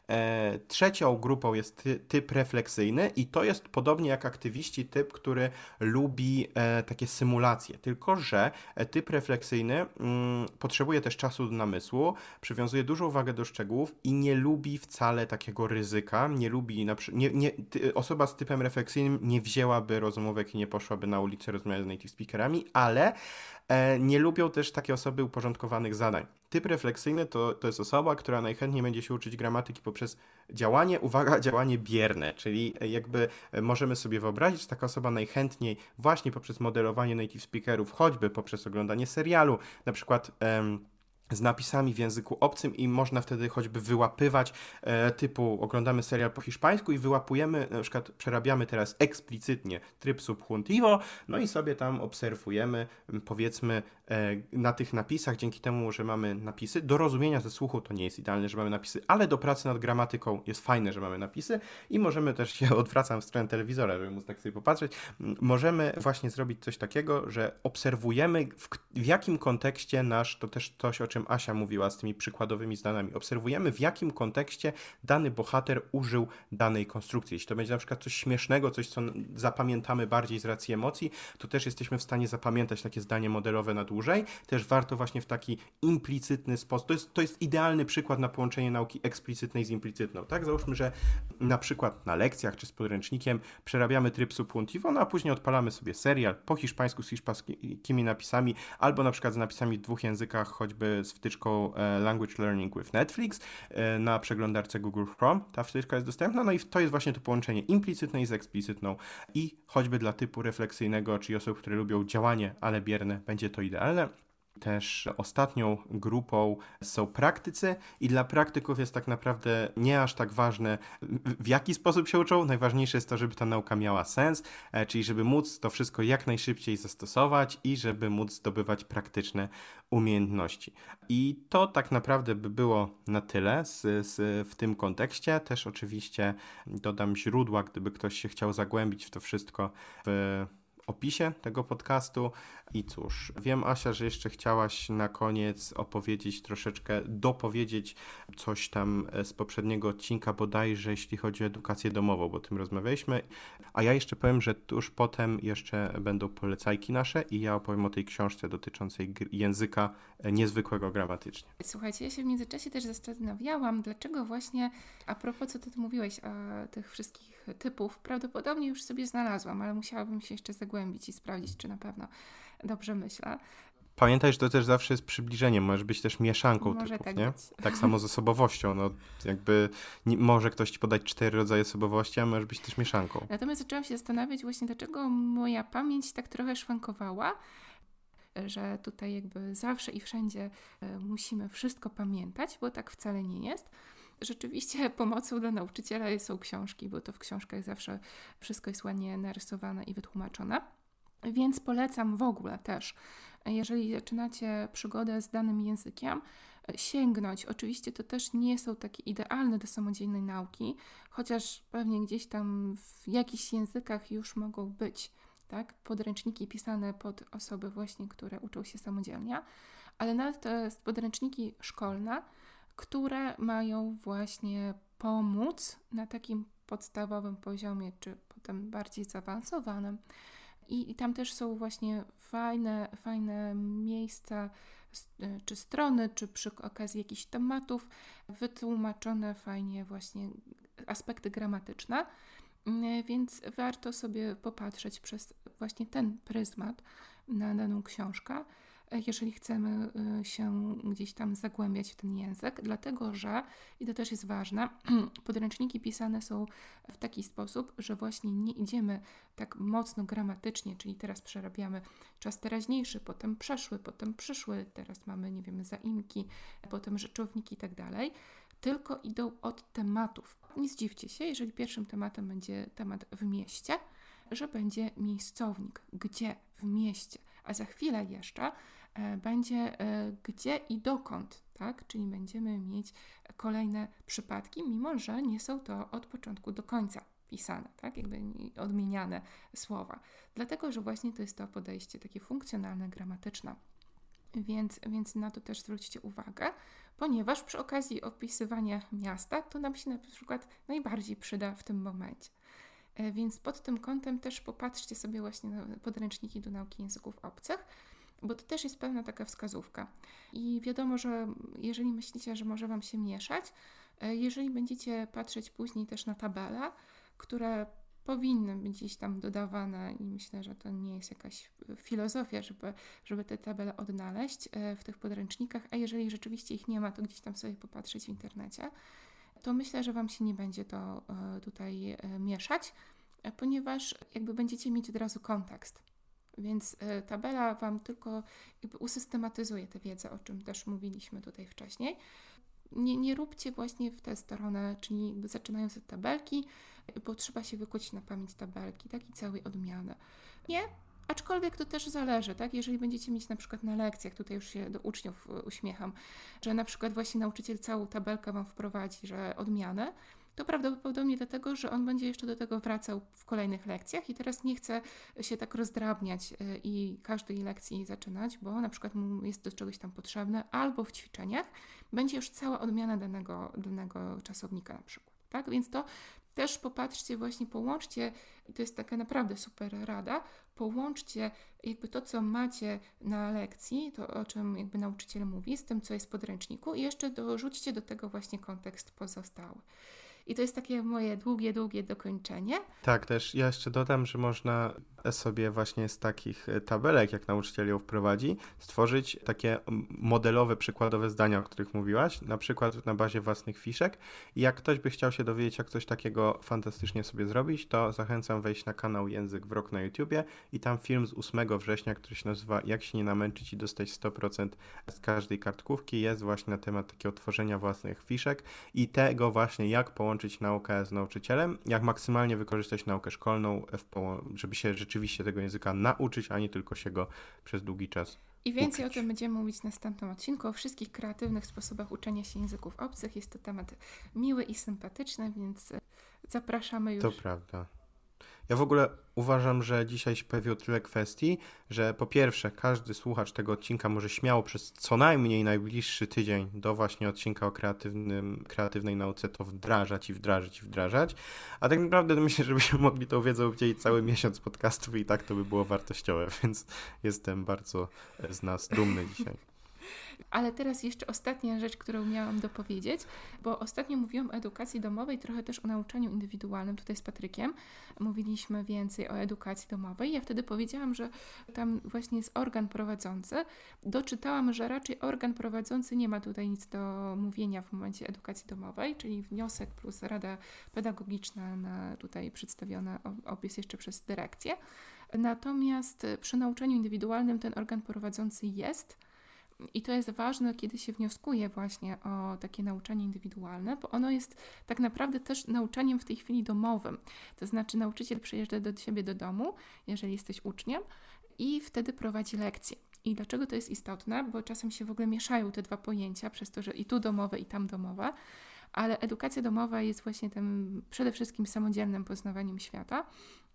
E, trzecią grupą jest ty, typ refleksyjny i to jest podobnie jak aktywiści typ, który lubi e, takie symulacje, tylko że typ refleksyjny mm, potrzebuje też czasu do namysłu, przywiązuje dużą uwagę do szczegółów i nie lubi wcale takiego ryzyka, nie lubi, na przy... nie, nie, ty, osoba z typem refleksyjnym nie wzięłaby rozmówek i nie poszłaby na ulicę rozmawiać z native speakerami, ale e, nie lubią też takie osoby uporządkowanych zadań. Typ refleksyjny to, to jest osoba, która najchętniej będzie się uczyć gramatyki poprzez działanie, uwaga, działanie bierne, czyli jakby możemy sobie wyobrazić, że taka osoba najchętniej właśnie poprzez modelowanie native speakerów, choćby poprzez oglądanie serialu, na przykład em, z napisami w języku obcym i można wtedy choćby wyłapywać e, typu oglądamy serial po hiszpańsku i wyłapujemy, na przykład przerabiamy teraz eksplicytnie tryb subjuntivo, no i sobie tam obserwujemy, powiedzmy e, na tych napisach, dzięki temu, że mamy napisy, do rozumienia ze słuchu to nie jest idealne, że mamy napisy, ale do pracy nad gramatyką jest fajne, że mamy napisy i możemy też, się odwracam w stronę telewizora, żeby móc tak sobie popatrzeć, możemy właśnie zrobić coś takiego, że obserwujemy w, w jakim kontekście nasz, to też coś, o czym Asia mówiła z tymi przykładowymi zdaniami. Obserwujemy, w jakim kontekście dany bohater użył danej konstrukcji. Jeśli to będzie na przykład coś śmiesznego, coś, co zapamiętamy bardziej z racji emocji, to też jesteśmy w stanie zapamiętać takie zdanie modelowe na dłużej. Też warto właśnie w taki implicytny sposób. To jest, to jest idealny przykład na połączenie nauki eksplicytnej z implicytną. Tak? Załóżmy, że na przykład na lekcjach czy z podręcznikiem przerabiamy tryb subjuntivo, no a później odpalamy sobie serial po hiszpańsku z hiszpańskimi napisami, albo na przykład z napisami w dwóch językach, choćby z wtyczką Language Learning with Netflix na przeglądarce Google Chrome. Ta wtyczka jest dostępna, no i to jest właśnie to połączenie implicytnej z eksplicytną i choćby dla typu refleksyjnego, czyli osób, które lubią działanie, ale bierne, będzie to idealne. Też ostatnią grupą są praktycy i dla praktyków jest tak naprawdę nie aż tak ważne, w jaki sposób się uczą. Najważniejsze jest to, żeby ta nauka miała sens, czyli żeby móc to wszystko jak najszybciej zastosować i żeby móc zdobywać praktyczne umiejętności. I to tak naprawdę by było na tyle z, z, w tym kontekście. Też oczywiście dodam źródła, gdyby ktoś się chciał zagłębić w to wszystko w opisie tego podcastu. I cóż, wiem, Asia, że jeszcze chciałaś na koniec opowiedzieć troszeczkę, dopowiedzieć coś tam z poprzedniego odcinka, bodajże jeśli chodzi o edukację domową, bo o tym rozmawialiśmy. A ja jeszcze powiem, że tuż potem jeszcze będą polecajki nasze i ja opowiem o tej książce dotyczącej języka niezwykłego gramatycznie. Słuchajcie, ja się w międzyczasie też zastanawiałam, dlaczego właśnie, a propos co ty tu mówiłeś o tych wszystkich typów, prawdopodobnie już sobie znalazłam, ale musiałabym się jeszcze zagłębić i sprawdzić, czy na pewno dobrze myślę. Pamiętaj, że to też zawsze jest przybliżeniem, możesz być też mieszanką Może typów, tak nie? być. Tak samo z osobowością, no jakby nie, może ktoś ci podać cztery rodzaje osobowości, a możesz być też mieszanką. Natomiast zaczęłam się zastanawiać właśnie, dlaczego moja pamięć tak trochę szwankowała, że tutaj jakby zawsze i wszędzie musimy wszystko pamiętać, bo tak wcale nie jest. Rzeczywiście pomocą dla nauczyciela są książki, bo to w książkach zawsze wszystko jest ładnie narysowane i wytłumaczone. Więc polecam w ogóle też, jeżeli zaczynacie przygodę z danym językiem, sięgnąć. Oczywiście to też nie są takie idealne do samodzielnej nauki, chociaż pewnie gdzieś tam w jakichś językach już mogą być, tak? Podręczniki pisane pod osoby właśnie, które uczą się samodzielnie, ale nawet to jest podręczniki szkolne, które mają właśnie pomóc na takim podstawowym poziomie, czy potem bardziej zaawansowanym. I, I tam też są właśnie fajne, fajne miejsca, czy strony, czy przy okazji jakichś tematów wytłumaczone fajnie właśnie aspekty gramatyczne, więc warto sobie popatrzeć przez właśnie ten pryzmat na daną książkę, jeżeli chcemy się gdzieś tam zagłębiać w ten język, dlatego że, i to też jest ważne, podręczniki pisane są w taki sposób, że właśnie nie idziemy tak mocno gramatycznie, czyli teraz przerabiamy czas teraźniejszy, potem przeszły, potem przyszły, teraz mamy, nie wiem, zaimki, potem rzeczowniki i tak dalej, tylko idą od tematów. Nie zdziwcie się, jeżeli pierwszym tematem będzie temat w mieście, że będzie miejscownik, gdzie w mieście, a za chwilę jeszcze e, będzie e, gdzie i dokąd, tak? Czyli będziemy mieć kolejne przypadki, mimo że nie są to od początku do końca pisane, tak? Jakby odmieniane słowa. Dlatego, że właśnie to jest to podejście takie funkcjonalne, gramatyczne. Więc, więc na to też zwróćcie uwagę, ponieważ przy okazji opisywania miasta to nam się na przykład najbardziej przyda w tym momencie. Więc pod tym kątem też popatrzcie sobie właśnie na podręczniki do nauki języków obcych, bo to też jest pewna taka wskazówka. I wiadomo, że jeżeli myślicie, że może Wam się mieszać, jeżeli będziecie patrzeć później też na tabele, które powinny być gdzieś tam dodawane i myślę, że to nie jest jakaś filozofia, żeby, żeby te tabele odnaleźć w tych podręcznikach, a jeżeli rzeczywiście ich nie ma, to gdzieś tam sobie popatrzeć w internecie, to myślę, że Wam się nie będzie to tutaj mieszać, ponieważ jakby będziecie mieć od razu kontekst. Więc tabela Wam tylko jakby usystematyzuje tę wiedzę, o czym też mówiliśmy tutaj wcześniej. Nie, nie róbcie właśnie w tę stronę, czyli jakby zaczynając od tabelki, bo trzeba się wykuć na pamięć tabelki, tak, i całej odmiany. Nie, aczkolwiek to też zależy, tak, jeżeli będziecie mieć na przykład na lekcjach, tutaj już się do uczniów uśmiecham, że na przykład właśnie nauczyciel całą tabelkę Wam wprowadzi, że odmianę, to prawdopodobnie dlatego, że on będzie jeszcze do tego wracał w kolejnych lekcjach i teraz nie chce się tak rozdrabniać i każdej lekcji zaczynać, bo na przykład mu jest do czegoś tam potrzebne, albo w ćwiczeniach będzie już cała odmiana danego, danego czasownika na przykład, tak? Więc to też popatrzcie, właśnie połączcie, i to jest taka naprawdę super rada, połączcie jakby to, co macie na lekcji, to o czym jakby nauczyciel mówi, z tym, co jest w podręczniku i jeszcze dorzućcie do tego właśnie kontekst pozostały. I to jest takie moje długie, długie dokończenie. Tak, też ja jeszcze dodam, że można sobie właśnie z takich tabelek, jak nauczyciel ją wprowadzi, stworzyć takie modelowe, przykładowe zdania, o których mówiłaś, na przykład na bazie własnych fiszek. I jak ktoś by chciał się dowiedzieć, jak coś takiego fantastycznie sobie zrobić, to zachęcam wejść na kanał Język w Rok na YouTubie i tam film z ósmego września, który się nazywa Jak się nie namęczyć i dostać sto procent z każdej kartkówki, jest właśnie na temat takiego tworzenia własnych fiszek i tego właśnie, jak połączyć naukę z nauczycielem, jak maksymalnie wykorzystać naukę szkolną, w poło- żeby się rzeczywiście tego języka nauczyć, a nie tylko się go przez długi czas I więcej uczyć. o tym będziemy mówić w następnym odcinku, o wszystkich kreatywnych sposobach uczenia się języków obcych. Jest to temat miły i sympatyczny, więc zapraszamy już. To prawda. Ja w ogóle uważam, że dzisiaj się pojawiło tyle kwestii, że po pierwsze każdy słuchacz tego odcinka może śmiało przez co najmniej najbliższy tydzień do właśnie odcinka o kreatywnym, kreatywnej nauce to wdrażać i wdrażać i wdrażać, a tak naprawdę myślę, że byśmy mogli tą wiedzę udzielić cały miesiąc podcastów i tak to by było wartościowe, więc jestem bardzo z nas dumny dzisiaj. Ale teraz jeszcze ostatnia rzecz, którą miałam dopowiedzieć, bo ostatnio mówiłam o edukacji domowej, trochę też o nauczaniu indywidualnym tutaj z Patrykiem. Mówiliśmy więcej o edukacji domowej. Ja wtedy powiedziałam, że tam właśnie jest organ prowadzący. Doczytałam, że raczej organ prowadzący nie ma tutaj nic do mówienia w momencie edukacji domowej, czyli wniosek plus rada pedagogiczna na tutaj przedstawiona, opis jeszcze przez dyrekcję. Natomiast przy nauczaniu indywidualnym ten organ prowadzący jest. I to jest ważne, kiedy się wnioskuje właśnie o takie nauczanie indywidualne, bo ono jest tak naprawdę też nauczaniem w tej chwili domowym. To znaczy nauczyciel przyjeżdża do ciebie do domu, jeżeli jesteś uczniem, i wtedy prowadzi lekcje. I dlaczego to jest istotne? Bo czasem się w ogóle mieszają te dwa pojęcia, przez to, że i tu domowe, i tam domowe, ale edukacja domowa jest właśnie tym przede wszystkim samodzielnym poznawaniem świata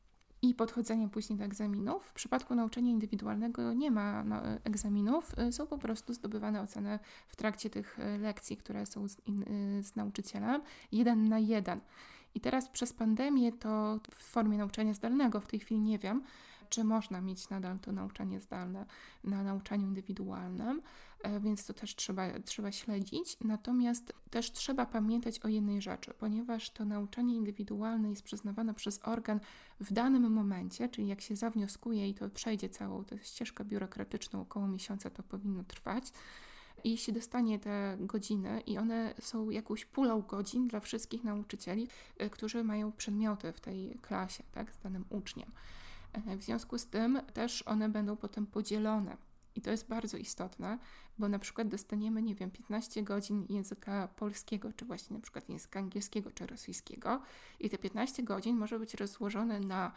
i podchodzenie później do egzaminów. W przypadku nauczania indywidualnego nie ma no, egzaminów, są po prostu zdobywane oceny w trakcie tych lekcji, które są z, in, z nauczycielem, jeden na jeden. I teraz przez pandemię to w formie nauczania zdalnego, w tej chwili nie wiem, czy można mieć nadal to nauczanie zdalne na nauczaniu indywidualnym, więc to też trzeba, trzeba śledzić. Natomiast też trzeba pamiętać o jednej rzeczy, ponieważ to nauczanie indywidualne jest przyznawane przez organ w danym momencie, czyli jak się zawnioskuje i to przejdzie całą tę ścieżkę biurokratyczną, około miesiąca to powinno trwać. I się dostanie te godziny i one są jakąś pulą godzin dla wszystkich nauczycieli, którzy mają przedmioty w tej klasie, tak, z danym uczniem. W związku z tym też one będą potem podzielone. I to jest bardzo istotne, bo na przykład dostaniemy, nie wiem, piętnaście godzin języka polskiego, czy właśnie na przykład języka angielskiego, czy rosyjskiego. I te piętnaście godzin może być rozłożone na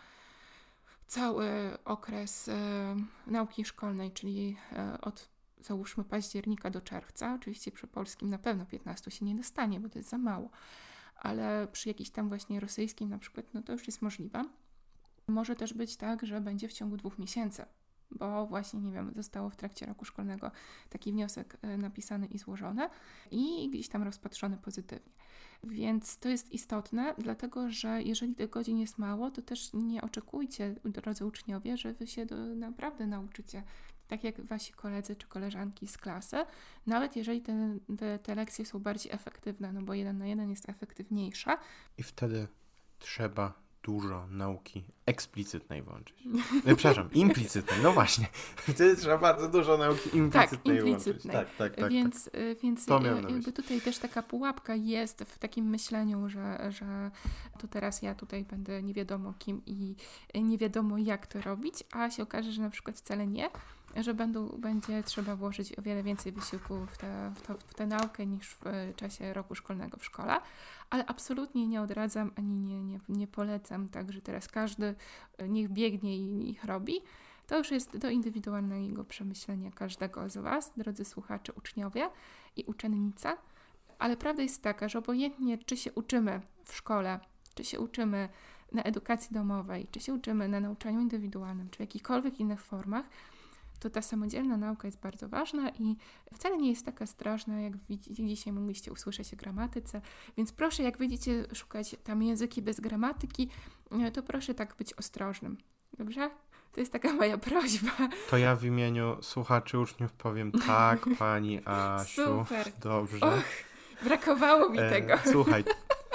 cały okres e, nauki szkolnej, czyli e, od załóżmy października do czerwca. Oczywiście przy polskim na pewno piętnaście się nie dostanie, bo to jest za mało. Ale przy jakimś tam właśnie rosyjskim na przykład, no to już jest możliwe. Może też być tak, że będzie w ciągu dwóch miesięcy, bo właśnie, nie wiem, zostało w trakcie roku szkolnego taki wniosek napisany i złożony i gdzieś tam rozpatrzony pozytywnie. Więc to jest istotne, dlatego że jeżeli tych godzin jest mało, to też nie oczekujcie, drodzy uczniowie, że wy się do, naprawdę nauczycie, tak jak wasi koledzy czy koleżanki z klasy, nawet jeżeli te, te, te lekcje są bardziej efektywne, no bo jeden na jeden jest efektywniejsza. I wtedy trzeba dużo nauki eksplicytnej włączyć. Nie, przepraszam, implicytnej, no właśnie. Wtedy trzeba bardzo dużo nauki implicytnej tak, implicytnej. włączyć. Tak, tak, tak. Więc, tak. więc jakby tutaj też taka pułapka jest w takim myśleniu, że, że to teraz ja tutaj będę nie wiadomo kim i nie wiadomo jak to robić, a się okaże, że na przykład wcale nie, że będą, będzie trzeba włożyć o wiele więcej wysiłku w tę w to, w tę naukę niż w czasie roku szkolnego w szkole, ale absolutnie nie odradzam ani nie, nie, nie polecam, tak, że teraz każdy niech biegnie i ich robi. To już jest do indywidualnego przemyślenia każdego z Was, drodzy słuchacze, uczniowie i uczennice, ale prawda jest taka, że obojętnie czy się uczymy w szkole, czy się uczymy na edukacji domowej, czy się uczymy na nauczaniu indywidualnym, czy w jakichkolwiek innych formach, to ta samodzielna nauka jest bardzo ważna i wcale nie jest taka straszna, jak widzicie, dzisiaj mogliście usłyszeć o gramatyce. Więc proszę, jak będziecie szukać tam języki bez gramatyki, to proszę tak być ostrożnym. Dobrze? To jest taka moja prośba. To ja w imieniu słuchaczy uczniów powiem tak, pani Asiu. Super. Dobrze. Och, brakowało mi e, tego. Słuchaj.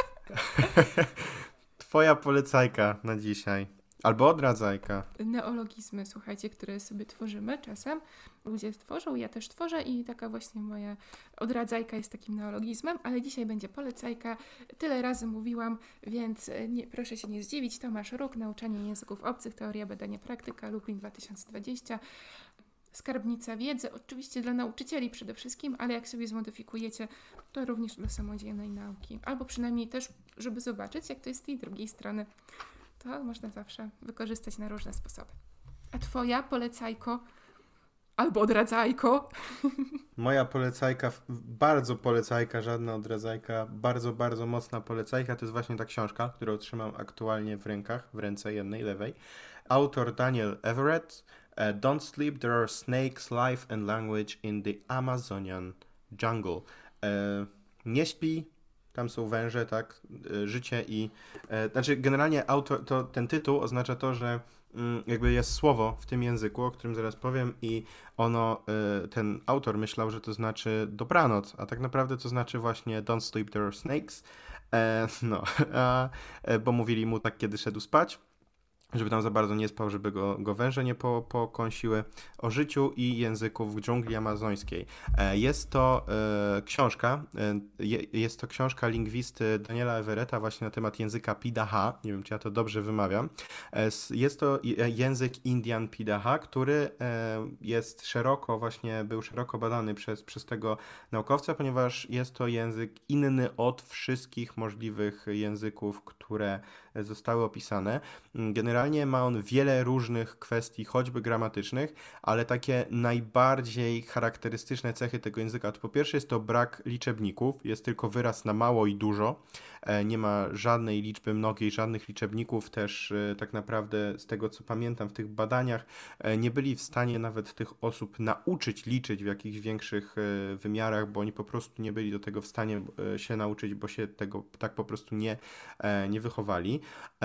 Twoja polecajka na dzisiaj. Albo odradzajka. Neologizmy, słuchajcie, które sobie tworzymy czasem. Ludzie tworzą, ja też tworzę i taka właśnie moja odradzajka jest takim neologizmem, ale dzisiaj będzie polecajka. Tyle razy mówiłam, więc nie, proszę się nie zdziwić. Tomasz Róg, Nauczanie języków obcych, teoria, badania, praktyka, Lublin dwa tysiące dwadzieścia. Skarbnica wiedzy, oczywiście dla nauczycieli przede wszystkim, ale jak sobie zmodyfikujecie, to również dla samodzielnej nauki. Albo przynajmniej też, żeby zobaczyć, jak to jest z tej drugiej strony. To można zawsze wykorzystać na różne sposoby. A twoja polecajko? albo odradzajko. Moja polecajka, bardzo polecajka, żadna odradzajka, bardzo, bardzo mocna polecajka, to jest właśnie ta książka, którą trzymam aktualnie w rękach, w ręce jednej, lewej. Autor Daniel Everett, Don't Sleep, There Are Snakes, Life and Language in the Amazonian Jungle. Nie śpi, tam są węże, tak, życie i... Znaczy generalnie autor, to, ten tytuł oznacza to, że jakby jest słowo w tym języku, o którym zaraz powiem i ono, ten autor myślał, że to znaczy dobranoc, a tak naprawdę to znaczy właśnie don't sleep, there are snakes, e, no, a, bo mówili mu tak, kiedy szedł spać, żeby tam za bardzo nie spał, żeby go, go węże nie po, pokąsiły, o życiu i języku w dżungli amazońskiej. Jest to e, książka, e, jest to książka lingwisty Daniela Everetta właśnie na temat języka Pidaaha, nie wiem, czy ja to dobrze wymawiam. E, jest to język Indian Pidaaha, który e, jest szeroko, właśnie był szeroko badany przez, przez tego naukowca, ponieważ jest to język inny od wszystkich możliwych języków, które zostały opisane. Generalnie ma on wiele różnych kwestii, choćby gramatycznych, ale takie najbardziej charakterystyczne cechy tego języka, to po pierwsze jest to brak liczebników, jest tylko wyraz na mało i dużo, nie ma żadnej liczby mnogiej, żadnych liczebników, też tak naprawdę z tego co pamiętam w tych badaniach nie byli w stanie nawet tych osób nauczyć liczyć w jakichś większych wymiarach, bo oni po prostu nie byli do tego w stanie się nauczyć, bo się tego tak po prostu nie, nie wychowali.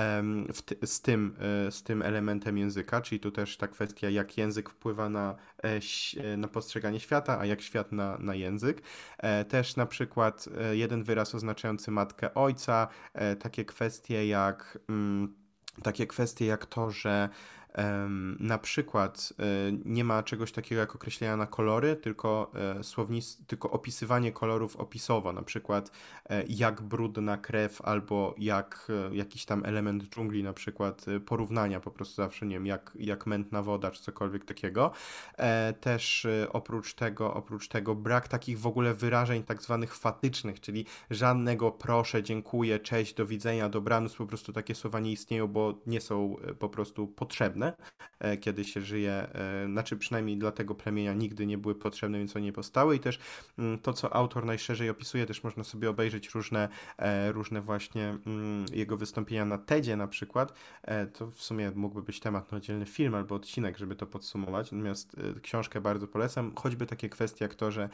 W ty, z, tym, z tym elementem języka, czyli tu też ta kwestia, jak język wpływa na, na postrzeganie świata, a jak świat na, na język. Też na przykład jeden wyraz oznaczający matkę ojca, takie kwestie jak, takie kwestie jak to, że Um, na przykład y, nie ma czegoś takiego jak określenia na kolory, tylko, y, słownis, tylko opisywanie kolorów opisowo, na przykład y, jak brudna krew albo jak y, jakiś tam element dżungli, na przykład y, porównania po prostu zawsze, nie wiem, jak, jak mętna woda czy cokolwiek takiego. E, też y, oprócz tego, oprócz tego brak takich w ogóle wyrażeń tak zwanych fatycznych, czyli żadnego proszę, dziękuję, cześć, do widzenia, dobranoc, po prostu takie słowa nie istnieją, bo nie są y, po prostu potrzebne, kiedy się żyje, znaczy przynajmniej dla tego plemienia nigdy nie były potrzebne, więc one nie powstały i też to, co autor najszerzej opisuje, też można sobie obejrzeć różne, różne właśnie jego wystąpienia na TEDzie na przykład, to w sumie mógłby być temat na oddzielny film albo odcinek, żeby to podsumować, natomiast książkę bardzo polecam, choćby takie kwestie jak to, że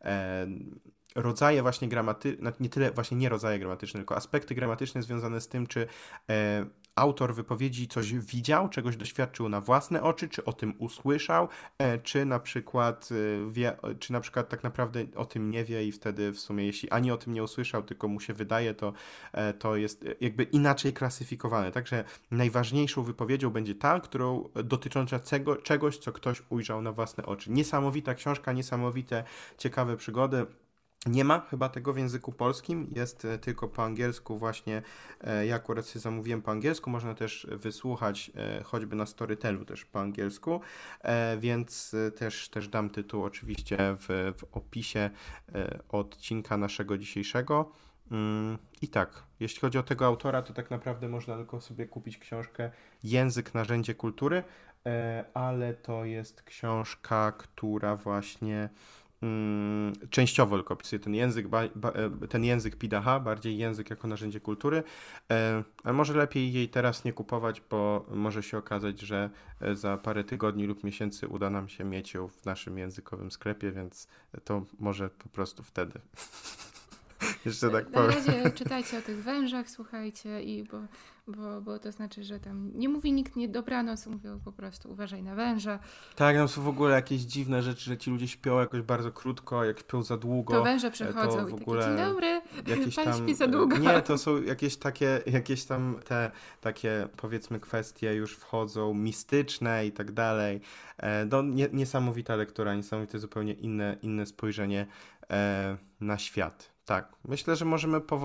rodzaje właśnie gramatyczne, nie tyle właśnie nie rodzaje gramatyczne, tylko aspekty gramatyczne związane z tym, czy e, autor wypowiedzi coś widział, czegoś doświadczył na własne oczy, czy o tym usłyszał, e, czy na przykład e, wie, czy na przykład tak naprawdę o tym nie wie i wtedy w sumie jeśli ani o tym nie usłyszał, tylko mu się wydaje, to, e, to jest jakby inaczej klasyfikowane. Także najważniejszą wypowiedzią będzie ta, którą dotycząca cego, czegoś, co ktoś ujrzał na własne oczy. Niesamowita książka, niesamowite, ciekawe przygody. Nie ma chyba tego w języku polskim, jest tylko po angielsku właśnie, ja akurat sobie zamówiłem po angielsku, można też wysłuchać choćby na Storytelu też po angielsku, więc też, też dam tytuł oczywiście w, w opisie odcinka naszego dzisiejszego. I tak, jeśli chodzi o tego autora, to tak naprawdę można tylko sobie kupić książkę Język, narzędzie kultury, ale to jest książka, która właśnie częściowo tylko opisuje ten język, ba, ba, ten język Pidaaha, bardziej język jako narzędzie kultury, e, ale może lepiej jej teraz nie kupować, bo może się okazać, że za parę tygodni lub miesięcy uda nam się mieć ją w naszym językowym sklepie, więc to może po prostu wtedy. Jeszcze tak Na powiem. razie czytajcie o tych wężach, słuchajcie, i bo, bo, bo to znaczy, że tam nie mówi nikt nie dobranoc, mówią po prostu uważaj na węża. Tak, tam są w ogóle jakieś dziwne rzeczy, że ci ludzie śpią jakoś bardzo krótko, jak śpią za długo. To węże przychodzą to w i ogóle takie, dzień dobry, jakieś pan tam, śpi za długo. Nie, to są jakieś takie, jakieś tam te takie powiedzmy kwestie już wchodzą mistyczne i tak dalej. No, nie, niesamowita lektura, niesamowite zupełnie inne, inne spojrzenie e, na świat. Tak, myślę, że możemy powoli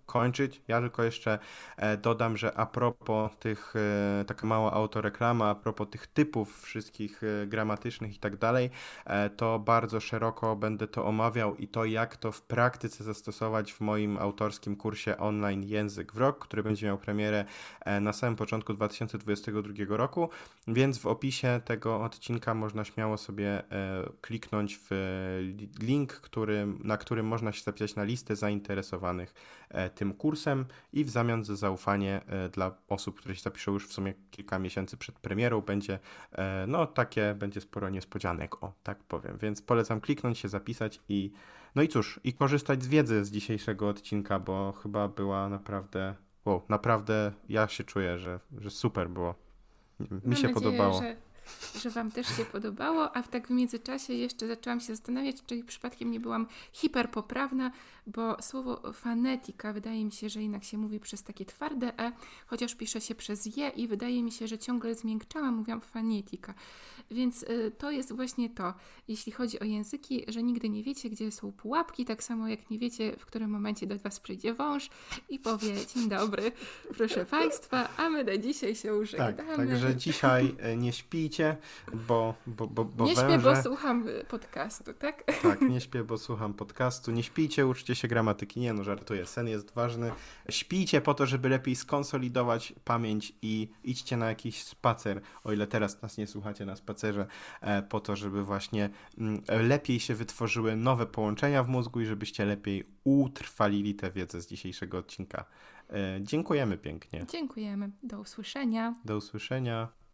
kończyć. Ja tylko jeszcze e, dodam, że a propos tych, e, taka mała autoreklama, a propos tych typów wszystkich e, gramatycznych i tak dalej, e, to bardzo szeroko będę to omawiał i to, jak to w praktyce zastosować w moim autorskim kursie online Język w rok, który będzie miał premierę e, na samym początku dwa tysiące dwudziestego drugiego roku, więc w opisie tego odcinka można śmiało sobie e, kliknąć w e, link, który, na którym można się zapisać na listę zainteresowanych e, tym kursem i w zamian za zaufanie e, dla osób, które się zapiszą już w sumie kilka miesięcy przed premierą, będzie e, no takie, będzie sporo niespodzianek, o tak powiem, więc polecam kliknąć się, zapisać i no i cóż, i korzystać z wiedzy z dzisiejszego odcinka, bo chyba była naprawdę, wow, naprawdę ja się czuję, że, że super było. Mi Mam się nadzieję, podobało. że, że Wam też się podobało, a w tak w międzyczasie jeszcze zaczęłam się zastanawiać, czy przypadkiem nie byłam hiperpoprawna, bo słowo fanetyka wydaje mi się, że jednak się mówi przez takie twarde e, chociaż pisze się przez je i wydaje mi się, że ciągle zmiękczałam, mówiłam fanetyka. Więc y, to jest właśnie to, jeśli chodzi o języki, że nigdy nie wiecie, gdzie są pułapki, tak samo jak nie wiecie, w którym momencie do Was przyjdzie wąż i powie dzień dobry, proszę Państwa, a my na dzisiaj się Tak, żegnamy. także dzisiaj e, nie śpijcie, bo, bo, bo, bo Nie śpię, węże... bo słucham y, podcastu, tak? Tak, nie śpię, bo słucham podcastu. Nie śpijcie, uczcie się gramatyki. Nie, no żartuję, sen jest ważny. Śpijcie po to, żeby lepiej skonsolidować pamięć i idźcie na jakiś spacer, o ile teraz nas nie słuchacie na spacerze, e, po to, żeby właśnie mm, lepiej się wytworzyły nowe połączenia w mózgu i żebyście lepiej utrwalili tę wiedzę z dzisiejszego odcinka. E, dziękujemy pięknie. Dziękujemy. Do usłyszenia. Do usłyszenia.